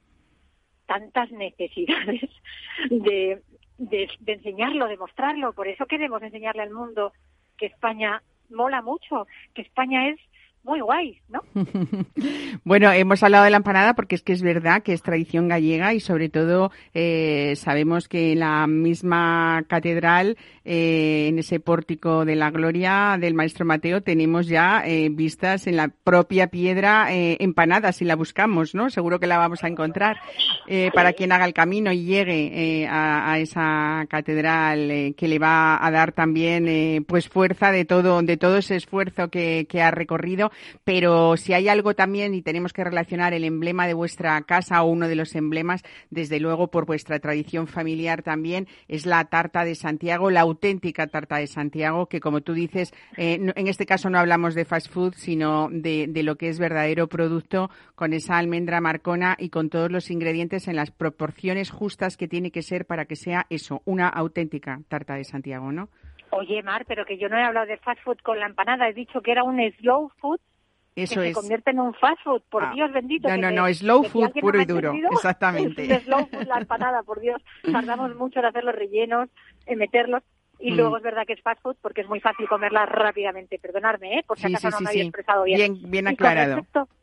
[SPEAKER 6] tantas necesidades de enseñarlo, de mostrarlo. Por eso queremos enseñarle al mundo que España mola mucho, que España es muy guay, ¿no?
[SPEAKER 2] Bueno, hemos hablado de la empanada porque es que es verdad que es tradición gallega, y sobre todo sabemos que en la misma catedral, en ese pórtico de la gloria del Maestro Mateo, tenemos ya vistas en la propia piedra empanadas, si la buscamos, ¿no? Seguro que la vamos a encontrar para quien haga el camino y llegue a esa catedral, que le va a dar también pues fuerza de todo ese esfuerzo que ha recorrido. Pero si hay algo también, y tenemos que relacionar el emblema de vuestra casa, o uno de los emblemas, desde luego por vuestra tradición familiar también, es la tarta de Santiago, la auténtica tarta de Santiago, que como tú dices, en este caso no hablamos de fast food, sino de lo que es verdadero producto, con esa almendra marcona y con todos los ingredientes en las proporciones justas que tiene que ser para que sea eso, una auténtica tarta de Santiago, ¿no?
[SPEAKER 6] Oye, Mar, pero que yo no he hablado de fast food con la empanada, he dicho que era un slow food.
[SPEAKER 2] Eso
[SPEAKER 6] que se convierte en un fast food, por Dios bendito.
[SPEAKER 2] No, slow food puro y duro, exactamente.
[SPEAKER 6] Es slow food la empanada, por Dios. Tardamos mucho en hacer los rellenos, en meterlos, y luego es verdad que es fast food porque es muy fácil comerla rápidamente. Perdonadme, por si acaso no me había expresado bien.
[SPEAKER 2] Bien aclarado.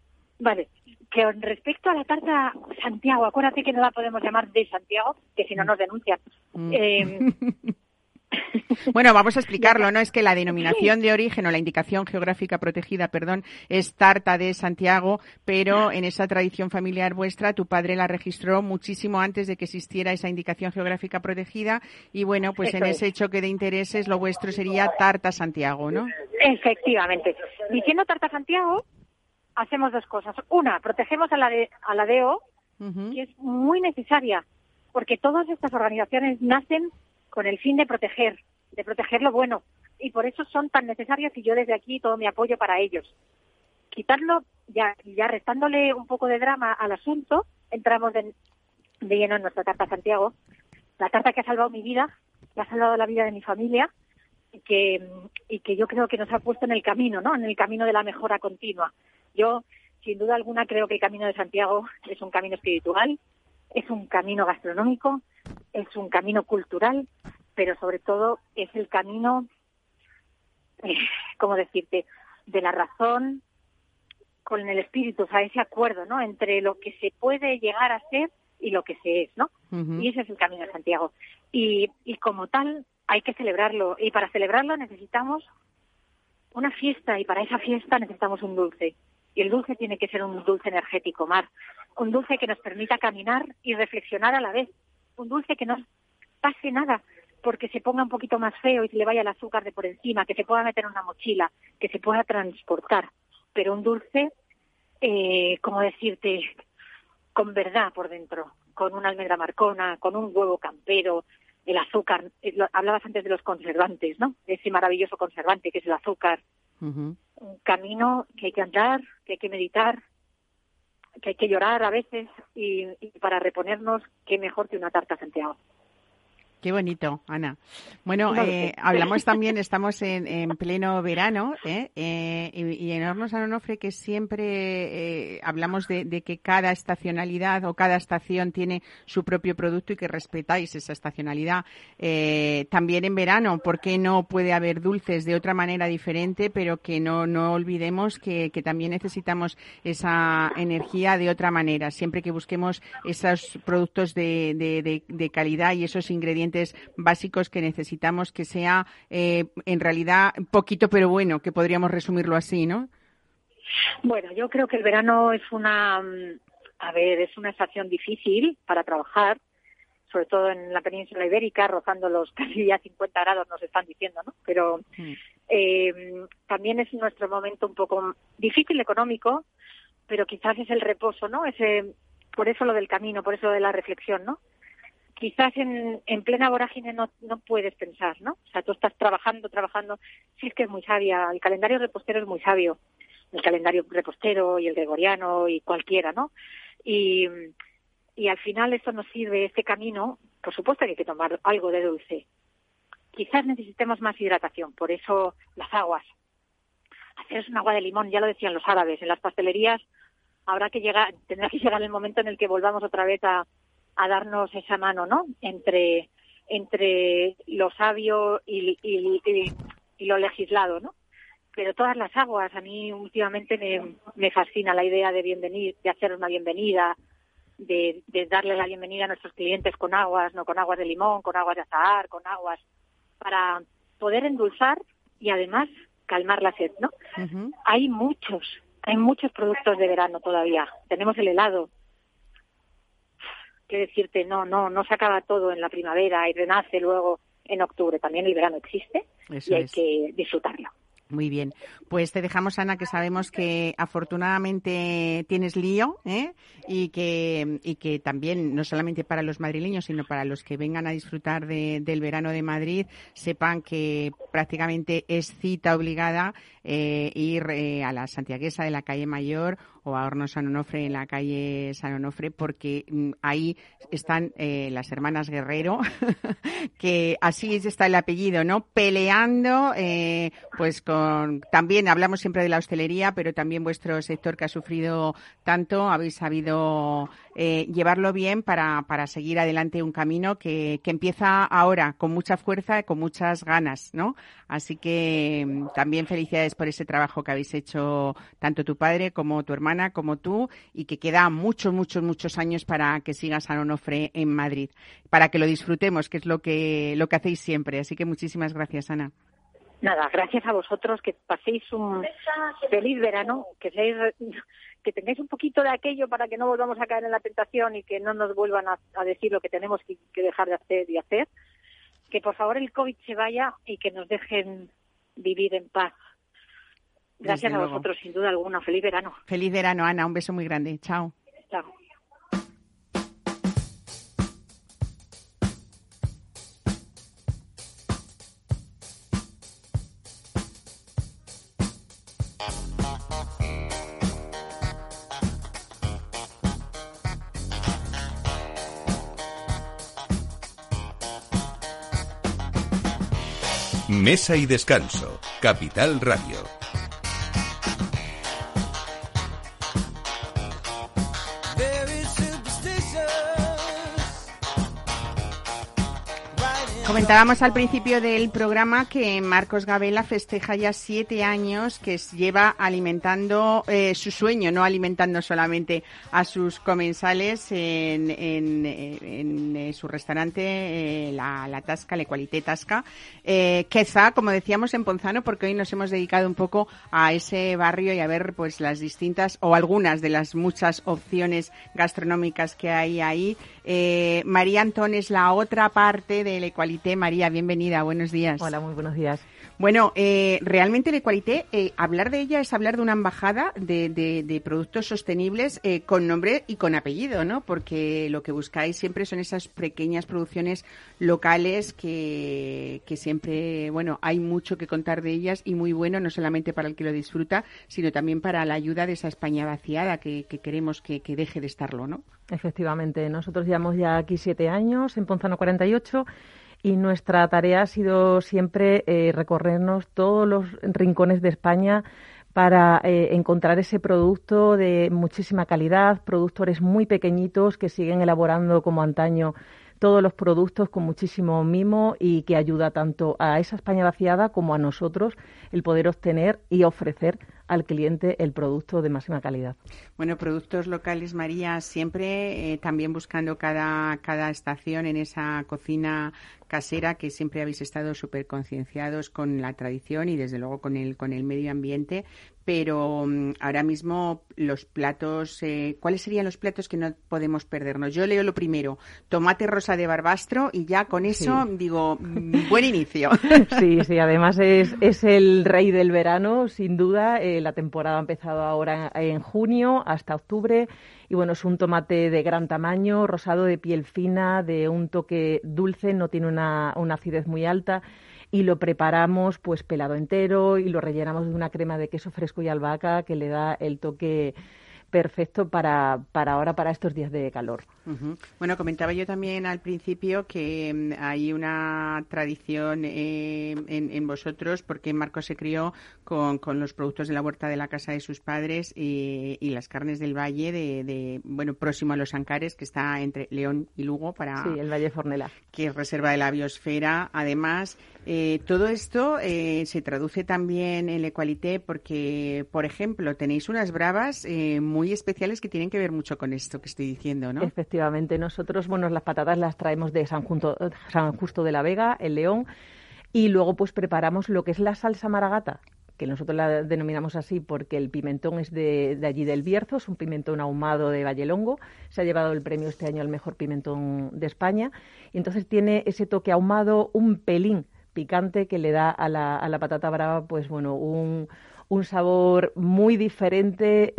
[SPEAKER 6] Con respecto a la tarta Santiago, acuérdate que no la podemos llamar de Santiago, que si no nos denuncian.
[SPEAKER 2] Bueno, vamos a explicarlo, ¿no? Es que la denominación de origen, o la indicación geográfica protegida, es tarta de Santiago, pero en esa tradición familiar vuestra, tu padre la registró muchísimo antes de que existiera esa indicación geográfica protegida, y bueno, pues en ese choque de intereses, lo vuestro sería tarta Santiago, ¿no?
[SPEAKER 6] Efectivamente. Diciendo tarta Santiago, hacemos dos cosas. Una, protegemos a la DO, que es muy necesaria, porque todas estas organizaciones nacen con el fin de proteger lo bueno, y por eso son tan necesarias, y yo desde aquí todo mi apoyo para ellos. Quitarlo, ya restándole un poco de drama al asunto, entramos de lleno en nuestra tarta Santiago, la tarta que ha salvado mi vida, que ha salvado la vida de mi familia, y que yo creo que nos ha puesto en el camino, ¿no? En el camino de la mejora continua. Yo, sin duda alguna, creo que el Camino de Santiago es un camino espiritual, es un camino gastronómico, es un camino cultural, pero sobre todo es el camino, ¿cómo decirte?, de la razón con el espíritu, o sea, ese acuerdo, ¿no?, entre lo que se puede llegar a ser y lo que se es, ¿no? Uh-huh. Y ese es el Camino de Santiago. Y como tal, hay que celebrarlo. Y para celebrarlo necesitamos una fiesta, y para esa fiesta necesitamos un dulce. Y el dulce tiene que ser un dulce energético, Mar. Un dulce que nos permita caminar y reflexionar a la vez. Un dulce que no pase nada porque se ponga un poquito más feo y se le vaya el azúcar de por encima, que se pueda meter en una mochila, que se pueda transportar. Pero un dulce, como decirte, con verdad por dentro, con una almendra marcona, con un huevo campero, el azúcar. Hablabas antes de los conservantes, ¿no? Ese maravilloso conservante que es el azúcar. Uh-huh. Un camino que hay que andar, que hay que meditar, que hay que llorar a veces y para reponernos, qué mejor que una tarta Santiago.
[SPEAKER 2] Qué bonito, Ana. Bueno, hablamos también, estamos en pleno verano, y en Hornos San Onofre que siempre hablamos de que cada estacionalidad o cada estación tiene su propio producto y que respetáis esa estacionalidad. También en verano, ¿por qué no puede haber dulces de otra manera diferente, pero que no olvidemos que también necesitamos esa energía de otra manera, siempre que busquemos esos productos de calidad y esos ingredientes básicos que necesitamos, que sea en realidad poquito pero bueno, que podríamos resumirlo así, ¿no?
[SPEAKER 6] Bueno, yo creo que el verano es una estación difícil para trabajar, sobre todo en la península ibérica, rozando los casi ya 50 grados nos están diciendo, ¿no? Pero también es nuestro momento un poco difícil económico, pero quizás es el reposo, ¿no? Por eso lo del camino, por eso de la reflexión, ¿no? Quizás en plena vorágine no puedes pensar, ¿no? O sea, tú estás trabajando, sí es que es muy sabia, el calendario repostero es muy sabio, el calendario repostero y el gregoriano y cualquiera, ¿no? Y al final esto nos sirve, este camino, por supuesto que hay que tomar algo de dulce. Quizás necesitemos más hidratación, por eso las aguas. Haceros un agua de limón, ya lo decían los árabes, en las pastelerías tendrá que llegar el momento en el que volvamos otra vez a darnos esa mano, ¿no? Entre lo sabio y lo legislado, ¿no? Pero todas las aguas, a mí últimamente me fascina la idea de hacer una bienvenida, de darle la bienvenida a nuestros clientes con aguas, no con aguas de limón, con aguas de azahar, con aguas para poder endulzar y además calmar la sed, ¿no? Uh-huh. Hay muchos productos de verano todavía. Tenemos el helado. Qué decirte, no se acaba todo en la primavera y renace luego en octubre. También el verano existe. Eso y hay que disfrutarlo.
[SPEAKER 2] Muy bien. Pues te dejamos, Ana, que sabemos que afortunadamente tienes lío, y que también, no solamente para los madrileños, sino para los que vengan a disfrutar del verano de Madrid, sepan que prácticamente es cita obligada ir a la Santiaguesa de la calle Mayor o a Hornos San Onofre en la calle San Onofre, porque ahí están las hermanas Guerrero, que así está el apellido, ¿no? Peleando, pues también hablamos siempre de la hostelería, pero también vuestro sector que ha sufrido tanto, habéis sabido llevarlo bien para seguir adelante un camino que empieza ahora con mucha fuerza, con muchas ganas, ¿no? Así que también felicidades por ese trabajo que habéis hecho tanto tu padre como tu hermana como tú, y que queda muchos años para que siga San Onofre en Madrid, para que lo disfrutemos, que es lo que hacéis siempre. Así que muchísimas gracias, Ana.
[SPEAKER 6] Nada, gracias a vosotros, que paséis un feliz verano, que tengáis un poquito de aquello para que no volvamos a caer en la tentación y que no nos vuelvan a decir lo que tenemos que dejar de hacer y hacer. Que por favor el COVID se vaya y que nos dejen vivir en paz. Gracias a vosotros, sin duda alguna. Feliz verano.
[SPEAKER 2] Feliz verano, Ana. Un beso muy grande. Chao.
[SPEAKER 6] Chao.
[SPEAKER 1] Mesa y Descanso, Capital Radio.
[SPEAKER 2] Comentábamos al principio del programa que Marcos Gabela festeja ya 7 años que lleva alimentando su sueño, no alimentando solamente a sus comensales en su restaurante, la Tasca, Le Qualité Tasca, quizá, como decíamos, en Ponzano, porque hoy nos hemos dedicado un poco a ese barrio y a ver pues las distintas o algunas de las muchas opciones gastronómicas que hay ahí. María Antón es la otra parte de Le Qualité. María, bienvenida, buenos días.
[SPEAKER 7] Hola, muy buenos días.
[SPEAKER 2] Bueno, realmente Le Qualité, hablar de ella es hablar de una embajada de productos sostenibles con nombre y con apellido, ¿no? Porque lo que buscáis siempre son esas pequeñas producciones locales que siempre, bueno, hay mucho que contar de ellas y muy bueno, no solamente para el que lo disfruta, sino también para la ayuda de esa España vaciada que queremos que deje de estarlo, ¿no?
[SPEAKER 7] Efectivamente, nosotros llevamos ya aquí 7 años, en Ponzano 48, y nuestra tarea ha sido siempre recorrernos todos los rincones de España para encontrar ese producto de muchísima calidad, productores muy pequeñitos que siguen elaborando como antaño todos los productos con muchísimo mimo y que ayuda tanto a esa España vaciada como a nosotros el poder obtener y ofrecer al cliente el producto de máxima calidad.
[SPEAKER 2] Bueno, productos locales, María, siempre también buscando cada estación en esa cocina casera, que siempre habéis estado súper concienciados con la tradición y desde luego con el medio ambiente, pero ahora mismo los platos, ¿cuáles serían los platos que no podemos perdernos? Yo leo lo primero, tomate rosa de Barbastro, y ya con eso digo, buen inicio.
[SPEAKER 7] Sí, además es el rey del verano, sin duda. La temporada ha empezado ahora en junio hasta octubre. Y bueno, es un tomate de gran tamaño, rosado, de piel fina, de un toque dulce, no tiene una acidez muy alta. Y lo preparamos pues pelado entero y lo rellenamos de una crema de queso fresco y albahaca que le da el toque perfecto para ahora, para estos días de calor.
[SPEAKER 2] Uh-huh. Bueno, comentaba yo también al principio que hay una tradición en vosotros, porque Marcos se crió con los productos de la huerta de la casa de sus padres y las carnes del valle bueno, próximo a Los Ancares, que está entre León y Lugo,
[SPEAKER 7] Sí, el Valle Fornelá,
[SPEAKER 2] que es reserva de la biosfera. Además, todo esto se traduce también en Le Qualité porque, por ejemplo, tenéis unas bravas muy especiales que tienen que ver mucho con esto que estoy diciendo, ¿no?
[SPEAKER 7] Efectivamente, nosotros, bueno, las patatas las traemos de San Justo de la Vega, en León, y luego pues preparamos lo que es la salsa maragata, que nosotros la denominamos así porque el pimentón es de allí del Bierzo, es un pimentón ahumado de Vallelongo, se ha llevado el premio este año al mejor pimentón de España, y entonces tiene ese toque ahumado, un pelín picante que le da a la patata brava, pues bueno, un sabor muy diferente,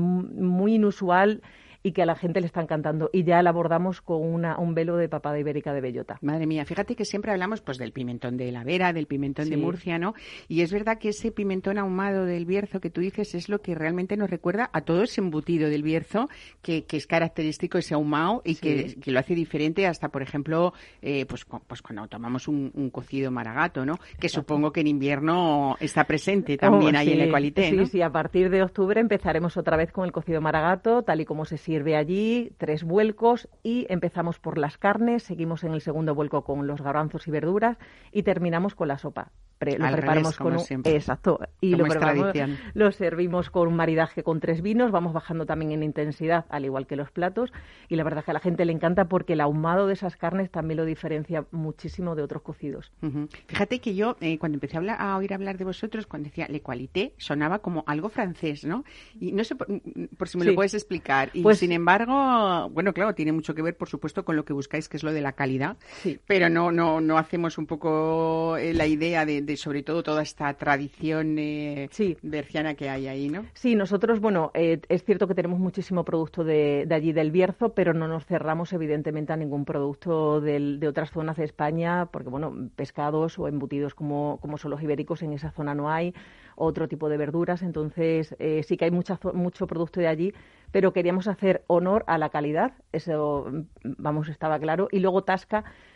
[SPEAKER 7] muy inusual, y que a la gente le está encantando. Y ya la abordamos con un velo de papada ibérica de bellota.
[SPEAKER 2] Madre mía, fíjate que siempre hablamos pues del pimentón de la Vera, del pimentón de Murcia, ¿no? Y es verdad que ese pimentón ahumado del Bierzo que tú dices es lo que realmente nos recuerda a todo ese embutido del Bierzo que es característico, ese ahumado, y que lo hace diferente hasta, por ejemplo, pues cuando tomamos un cocido maragato, ¿no? Que supongo que en invierno está presente también ahí en Le Qualité, ¿no?
[SPEAKER 7] Sí, a partir de octubre empezaremos otra vez con el cocido maragato, tal y como se sirve allí, 3 vuelcos, y empezamos por las carnes, seguimos en el segundo vuelco con los garbanzos y verduras y terminamos con la sopa. Lo preparamos con exacto, y lo servimos con un maridaje con 3 vinos, vamos bajando también en intensidad, al igual que los platos, y la verdad es que a la gente le encanta porque el ahumado de esas carnes también lo diferencia muchísimo de otros cocidos.
[SPEAKER 2] Uh-huh. Fíjate que yo, cuando empecé a oír hablar de vosotros, cuando decía Le Qualité, sonaba como algo francés, ¿no? Y no sé por si me lo puedes explicar. Y pues, sin embargo, bueno, claro, tiene mucho que ver, por supuesto, con lo que buscáis, que es lo de la calidad, pero no hacemos un poco la idea de sobre todo toda esta tradición berciana que hay ahí, ¿no?
[SPEAKER 7] Sí, nosotros, bueno, es cierto que tenemos muchísimo producto de allí del Bierzo, pero no nos cerramos evidentemente a ningún producto de otras zonas de España, porque, bueno, pescados o embutidos como son los ibéricos en esa zona no hay, otro tipo de verduras, entonces sí que hay mucho producto de allí, pero queríamos hacer honor a la calidad, eso, vamos, estaba claro, y luego Tasca,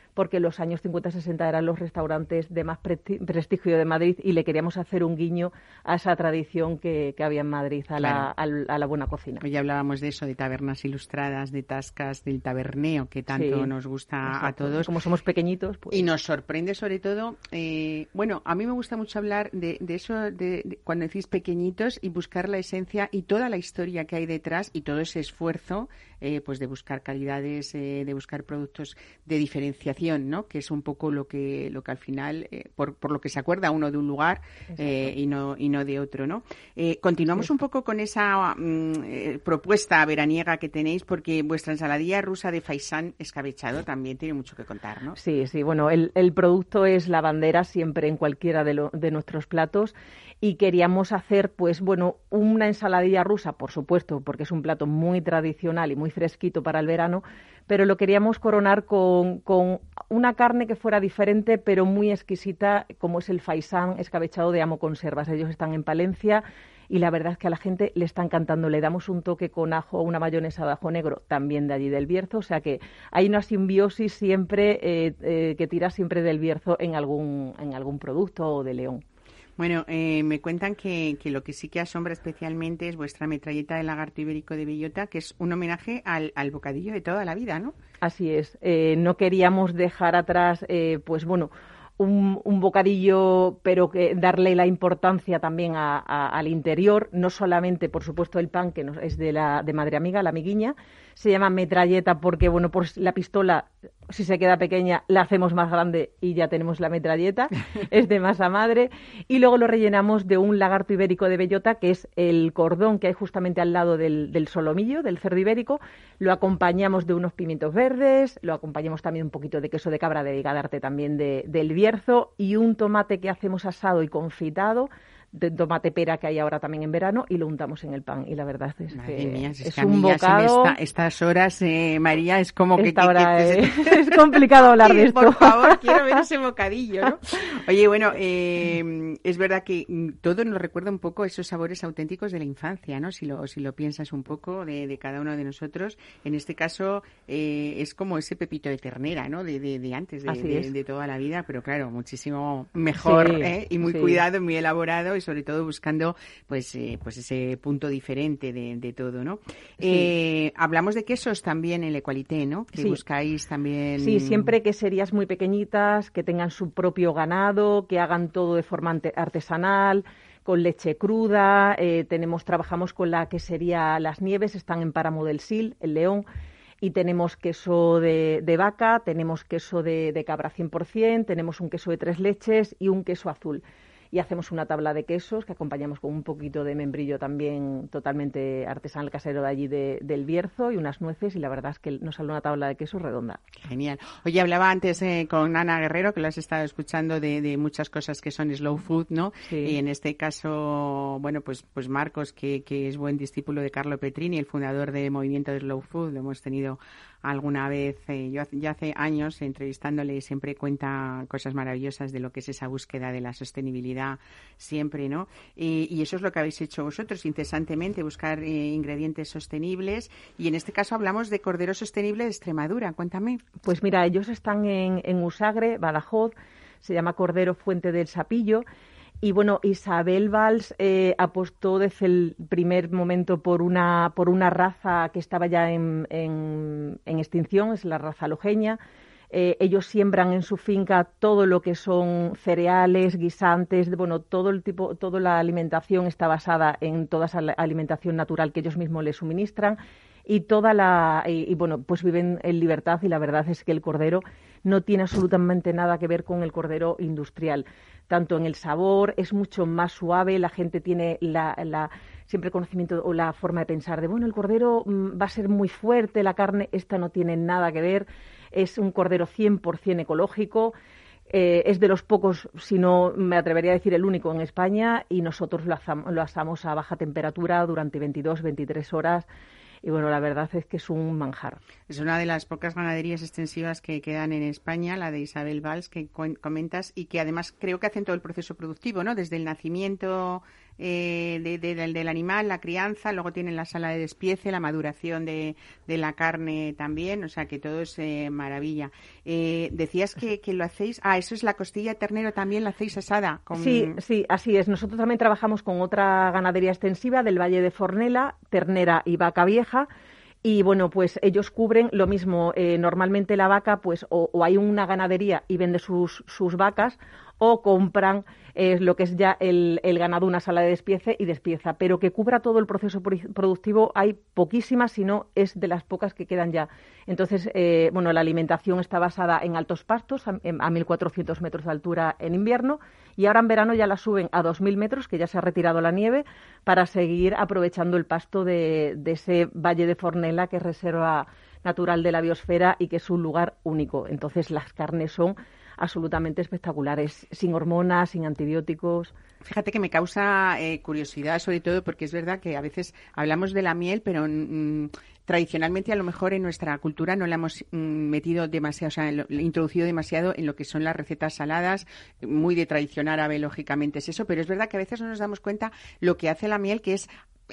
[SPEAKER 7] porque en los años 50-60 eran los restaurantes de más prestigio de Madrid y le queríamos hacer un guiño a esa tradición que había en Madrid, a la buena cocina.
[SPEAKER 2] Hoy hablábamos de eso, de tabernas ilustradas, de tascas, del taberneo, que tanto nos gusta a todos.
[SPEAKER 7] Como somos pequeñitos, pues...
[SPEAKER 2] Y nos sorprende sobre todo, bueno, a mí me gusta mucho hablar de eso, de cuando decís pequeñitos, y buscar la esencia y toda la historia que hay detrás y todo ese esfuerzo, pues de buscar calidades, de buscar productos de diferenciación, ¿no? Que es un poco lo que al final, por lo que se acuerda uno de un lugar y no de otro, ¿no? Continuamos un poco con esa propuesta veraniega que tenéis, porque vuestra ensaladilla rusa de faisán escabechado también tiene mucho que contar, ¿no?
[SPEAKER 7] Sí, bueno, el producto es la bandera siempre en cualquiera de nuestros platos. Y queríamos hacer, pues bueno, una ensaladilla rusa, por supuesto, porque es un plato muy tradicional y muy fresquito para el verano, pero lo queríamos coronar con una carne que fuera diferente, pero muy exquisita, como es el faisán escabechado de Amo Conservas. Ellos están en Palencia y la verdad es que a la gente le está encantando. Le damos un toque con ajo, una mayonesa de ajo negro, también de allí del Bierzo, o sea que hay una simbiosis siempre que tira siempre del Bierzo en algún producto o de León.
[SPEAKER 2] Bueno, me cuentan que lo que sí que asombra especialmente es vuestra metralleta de lagarto ibérico de bellota, que es un homenaje al bocadillo de toda la vida, ¿no?
[SPEAKER 7] Así es. No queríamos dejar atrás, pues bueno, un bocadillo, pero que darle la importancia también al interior, no solamente, por supuesto, el pan, que es de Madre Amiga, la amiguiña. Se llama metralleta porque, bueno, por la pistola, si se queda pequeña, la hacemos más grande y ya tenemos la metralleta. Es de masa madre. Y luego lo rellenamos de un lagarto ibérico de bellota, que es el cordón que hay justamente al lado del solomillo, del cerdo ibérico. Lo acompañamos de unos pimientos verdes, lo acompañamos también un poquito de queso de cabra de Vigadarte, también del Bierzo, y un tomate que hacemos asado y confitado, de tomate pera que hay ahora también en verano, y lo untamos en el pan. Y la verdad es que es un bocado.
[SPEAKER 2] Estas horas, María, es como
[SPEAKER 7] es complicado hablar de esto.
[SPEAKER 2] Por favor, quiero ver ese bocadillo, ¿no? Oye, bueno, es verdad que todo nos recuerda un poco esos sabores auténticos de la infancia, ¿no? Si lo piensas un poco de cada uno de nosotros. En este caso, es como ese pepito de ternera, ¿no? De antes, de toda la vida, pero claro, muchísimo mejor, y muy cuidado, muy elaborado, y sobre todo buscando pues ese punto diferente de todo, ¿no? Sí. Hablamos de quesos también en Le Qualité, ¿no? Que buscáis también...
[SPEAKER 7] Sí, siempre queserías muy pequeñitas, que tengan su propio ganado, que hagan todo de forma artesanal, con leche cruda. Trabajamos con la quesería Las Nieves, están en Páramo del Sil, en León. Y tenemos queso de vaca, tenemos queso de cabra 100%, tenemos un queso de 3 leches y un queso azul. Y hacemos una tabla de quesos que acompañamos con un poquito de membrillo también totalmente artesanal casero de allí del Bierzo y unas nueces, y la verdad es que nos sale una tabla de quesos redonda.
[SPEAKER 2] Genial. Oye, hablaba antes con Ana Guerrero, que lo has estado escuchando, de muchas cosas que son slow food, ¿no? Sí. Y en este caso, bueno, pues Marcos, que es buen discípulo de Carlo Petrini, el fundador de Movimiento de Slow Food, lo hemos tenido alguna vez, yo ya hace años entrevistándole, y siempre cuenta cosas maravillosas de lo que es esa búsqueda de la sostenibilidad siempre, ¿no? Y eso es lo que habéis hecho vosotros incesantemente, buscar ingredientes sostenibles, y en este caso hablamos de cordero sostenible de Extremadura. Cuéntame.
[SPEAKER 7] Pues mira, ellos están en Usagre, Badajoz, se llama Cordero Fuente del Sapillo. Y bueno, Isabel Valls apostó desde el primer momento por una raza que estaba ya en extinción, es la raza lojeña. Ellos siembran en su finca todo lo que son cereales, guisantes, bueno, toda la alimentación está basada en toda esa alimentación natural que ellos mismos les suministran, y bueno, pues viven en libertad, y la verdad es que el cordero no tiene absolutamente nada que ver con el cordero industrial. Tanto en el sabor, es mucho más suave, la gente tiene siempre conocimiento o la forma de pensar de, bueno, el cordero va a ser muy fuerte, la carne, esta no tiene nada que ver, es un cordero 100% ecológico, es de los pocos, si no me atrevería a decir el único en España, y nosotros lo asamos a baja temperatura durante 22-23 horas. Y bueno, la verdad es que es un manjar.
[SPEAKER 2] Es una de las pocas ganaderías extensivas que quedan en España, la de Isabel Valls, que comentas, y que además creo que hacen todo el proceso productivo, ¿no? Desde el nacimiento del animal, la crianza, luego tienen la sala de despiece, la maduración de la carne también, o sea que todo es maravilla. Decías que lo hacéis, eso es la costilla de ternero, también la hacéis asada.
[SPEAKER 7] Sí, así es. Nosotros también trabajamos con otra ganadería extensiva del Valle de Fornela, ternera y vaca vieja. Y bueno, pues ellos cubren lo mismo. Normalmente la vaca, pues o hay una ganadería y vende sus vacas, o compran lo que es ya el ganado, una sala de despiece y despieza. Pero que cubra todo el proceso productivo hay poquísimas, si no es de las pocas que quedan ya. Entonces, la alimentación está basada en altos pastos, a 1.400 metros de altura en invierno, y ahora en verano ya la suben a 2.000 metros, que ya se ha retirado la nieve, para seguir aprovechando el pasto de ese Valle de Fornela, que es reserva natural de la biosfera y que es un lugar único. Entonces, las carnes son absolutamente espectaculares, sin hormonas, sin antibióticos.
[SPEAKER 2] Fíjate que me causa curiosidad, sobre todo porque es verdad que a veces hablamos de la miel, pero tradicionalmente a lo mejor en nuestra cultura no la hemos metido demasiado, o sea, introducido demasiado en lo que son las recetas saladas, muy de tradición árabe, lógicamente es eso, pero es verdad que a veces no nos damos cuenta lo que hace la miel, que es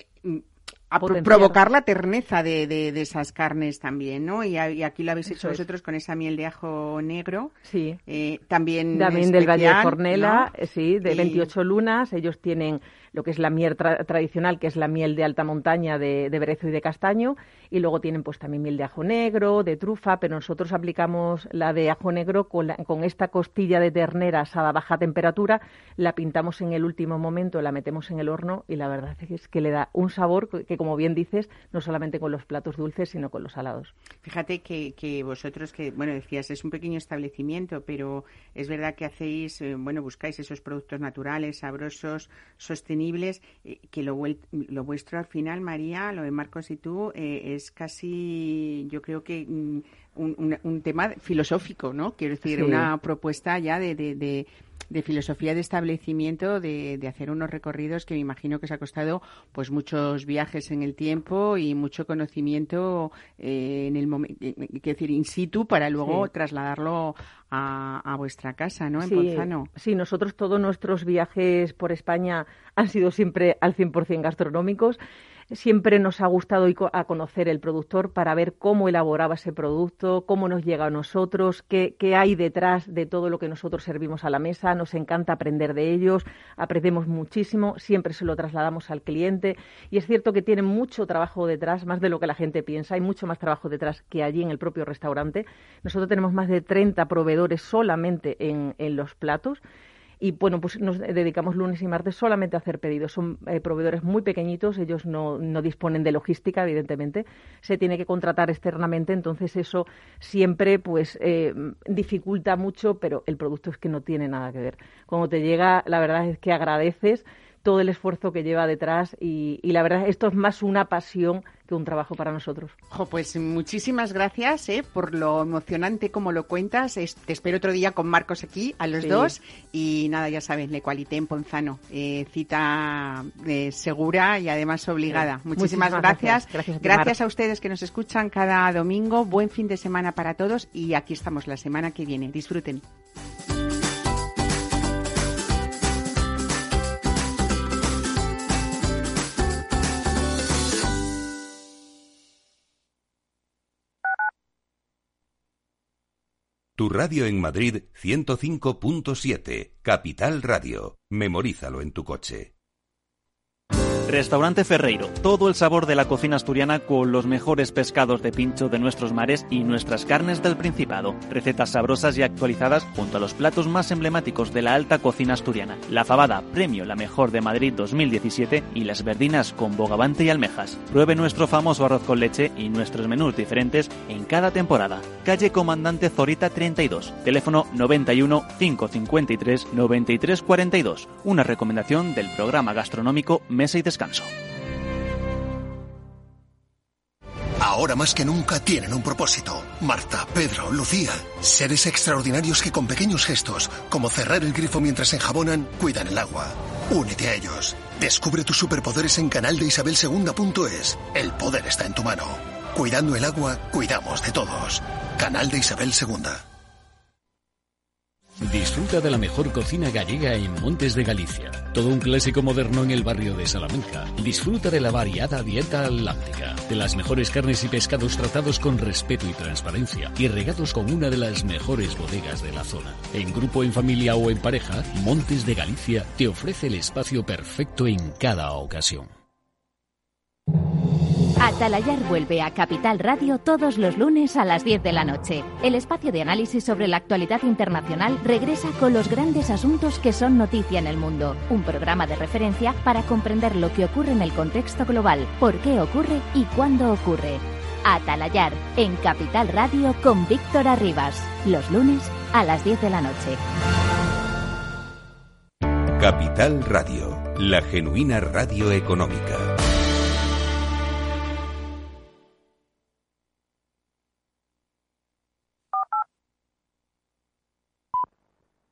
[SPEAKER 2] provocar la terneza de esas carnes también, ¿no? Y aquí lo habéis hecho vosotros con esa miel de ajo negro.
[SPEAKER 7] Sí.
[SPEAKER 2] También
[SPEAKER 7] del Valle de Fornela,
[SPEAKER 2] ¿no?
[SPEAKER 7] Sí, de 28 lunas. Ellos tienen lo que es la miel tradicional, que es la miel de alta montaña de brezo y de castaño, y luego tienen pues también miel de ajo negro, de trufa, pero nosotros aplicamos la de ajo negro con esta costilla de ternera asada a baja temperatura, la pintamos en el último momento, la metemos en el horno y la verdad es que le da un sabor que, como bien dices, no solamente con los platos dulces, sino con los salados.
[SPEAKER 2] Fíjate que vosotros, decías, es un pequeño establecimiento, pero es verdad que hacéis, buscáis esos productos naturales, sabrosos, sostenibles, que lo vuestro al final, María, lo de Marcos y tú, es casi, yo creo que un tema filosófico, ¿no? Quiero decir, una propuesta ya de filosofía de establecimiento, de hacer unos recorridos que me imagino que os ha costado pues muchos viajes en el tiempo y mucho conocimiento en el momento, quiero decir, in situ, para luego trasladarlo a vuestra casa, ¿no? En Ponzano.
[SPEAKER 7] Sí, nosotros todos nuestros viajes por España han sido siempre al 100% gastronómicos. Siempre nos ha gustado ir a conocer el productor para ver cómo elaboraba ese producto, cómo nos llega a nosotros, qué hay detrás de todo lo que nosotros servimos a la mesa. Nos encanta aprender de ellos, aprendemos muchísimo, siempre se lo trasladamos al cliente. Y es cierto que tienen mucho trabajo detrás, más de lo que la gente piensa. Hay mucho más trabajo detrás que allí en el propio restaurante. Nosotros tenemos más de 30 proveedores solamente en los platos. Y bueno, pues nos dedicamos lunes y martes solamente a hacer pedidos. Son proveedores muy pequeñitos, ellos no disponen de logística, evidentemente. Se tiene que contratar externamente, entonces eso siempre pues dificulta mucho, pero el producto es que no tiene nada que ver. Cuando te llega, la verdad es que agradeces todo el esfuerzo que lleva detrás y la verdad esto es más una pasión que un trabajo para nosotros.
[SPEAKER 2] Pues muchísimas gracias por lo emocionante como lo cuentas. Te espero otro día con Marcos aquí, a los dos. Y nada, ya sabes, Le Qualité en Ponzano. Cita segura y además obligada. Muchísimas gracias. Gracias a ustedes que nos escuchan cada domingo. Buen fin de semana para todos y aquí estamos la semana que viene. Disfruten.
[SPEAKER 1] Tu radio en Madrid 105.7, Capital Radio. Memorízalo en tu coche.
[SPEAKER 8] Restaurante Ferreiro, todo el sabor de la cocina asturiana con los mejores pescados de pincho de nuestros mares y nuestras carnes del Principado. Recetas sabrosas y actualizadas junto a los platos más emblemáticos de la alta cocina asturiana. La fabada, premio La Mejor de Madrid 2017 y las verdinas con bogavante y almejas. Pruebe nuestro famoso arroz con leche y nuestros menús diferentes en cada temporada. Calle Comandante Zorita 32, teléfono 91 553 93 42. Una recomendación del programa gastronómico Mesa y Descanso.
[SPEAKER 9] Ahora más que nunca tienen un propósito. Marta, Pedro, Lucía. Seres extraordinarios que con pequeños gestos, como cerrar el grifo mientras enjabonan, cuidan el agua. Únete a ellos. Descubre tus superpoderes en canaldeisabelsegunda.es. El poder está en tu mano. Cuidando el agua, cuidamos de todos. Canal de Isabel II.
[SPEAKER 10] Disfruta de la mejor cocina gallega en Montes de Galicia. Todo un clásico moderno en el barrio de Salamanca. Disfruta de la variada dieta atlántica, de las mejores carnes y pescados tratados con respeto y transparencia y regados con una de las mejores bodegas de la zona. En grupo, en familia o en pareja, Montes de Galicia te ofrece el espacio perfecto en cada ocasión.
[SPEAKER 11] Atalayar vuelve a Capital Radio todos los lunes a las 10 de la noche. El espacio de análisis sobre la actualidad internacional regresa con los grandes asuntos que son noticia en el mundo. Un programa de referencia para comprender lo que ocurre en el contexto global, por qué ocurre y cuándo ocurre. Atalayar en Capital Radio con Víctor Arribas. Los lunes a las 10 de la noche.
[SPEAKER 1] Capital Radio, la genuina radio económica.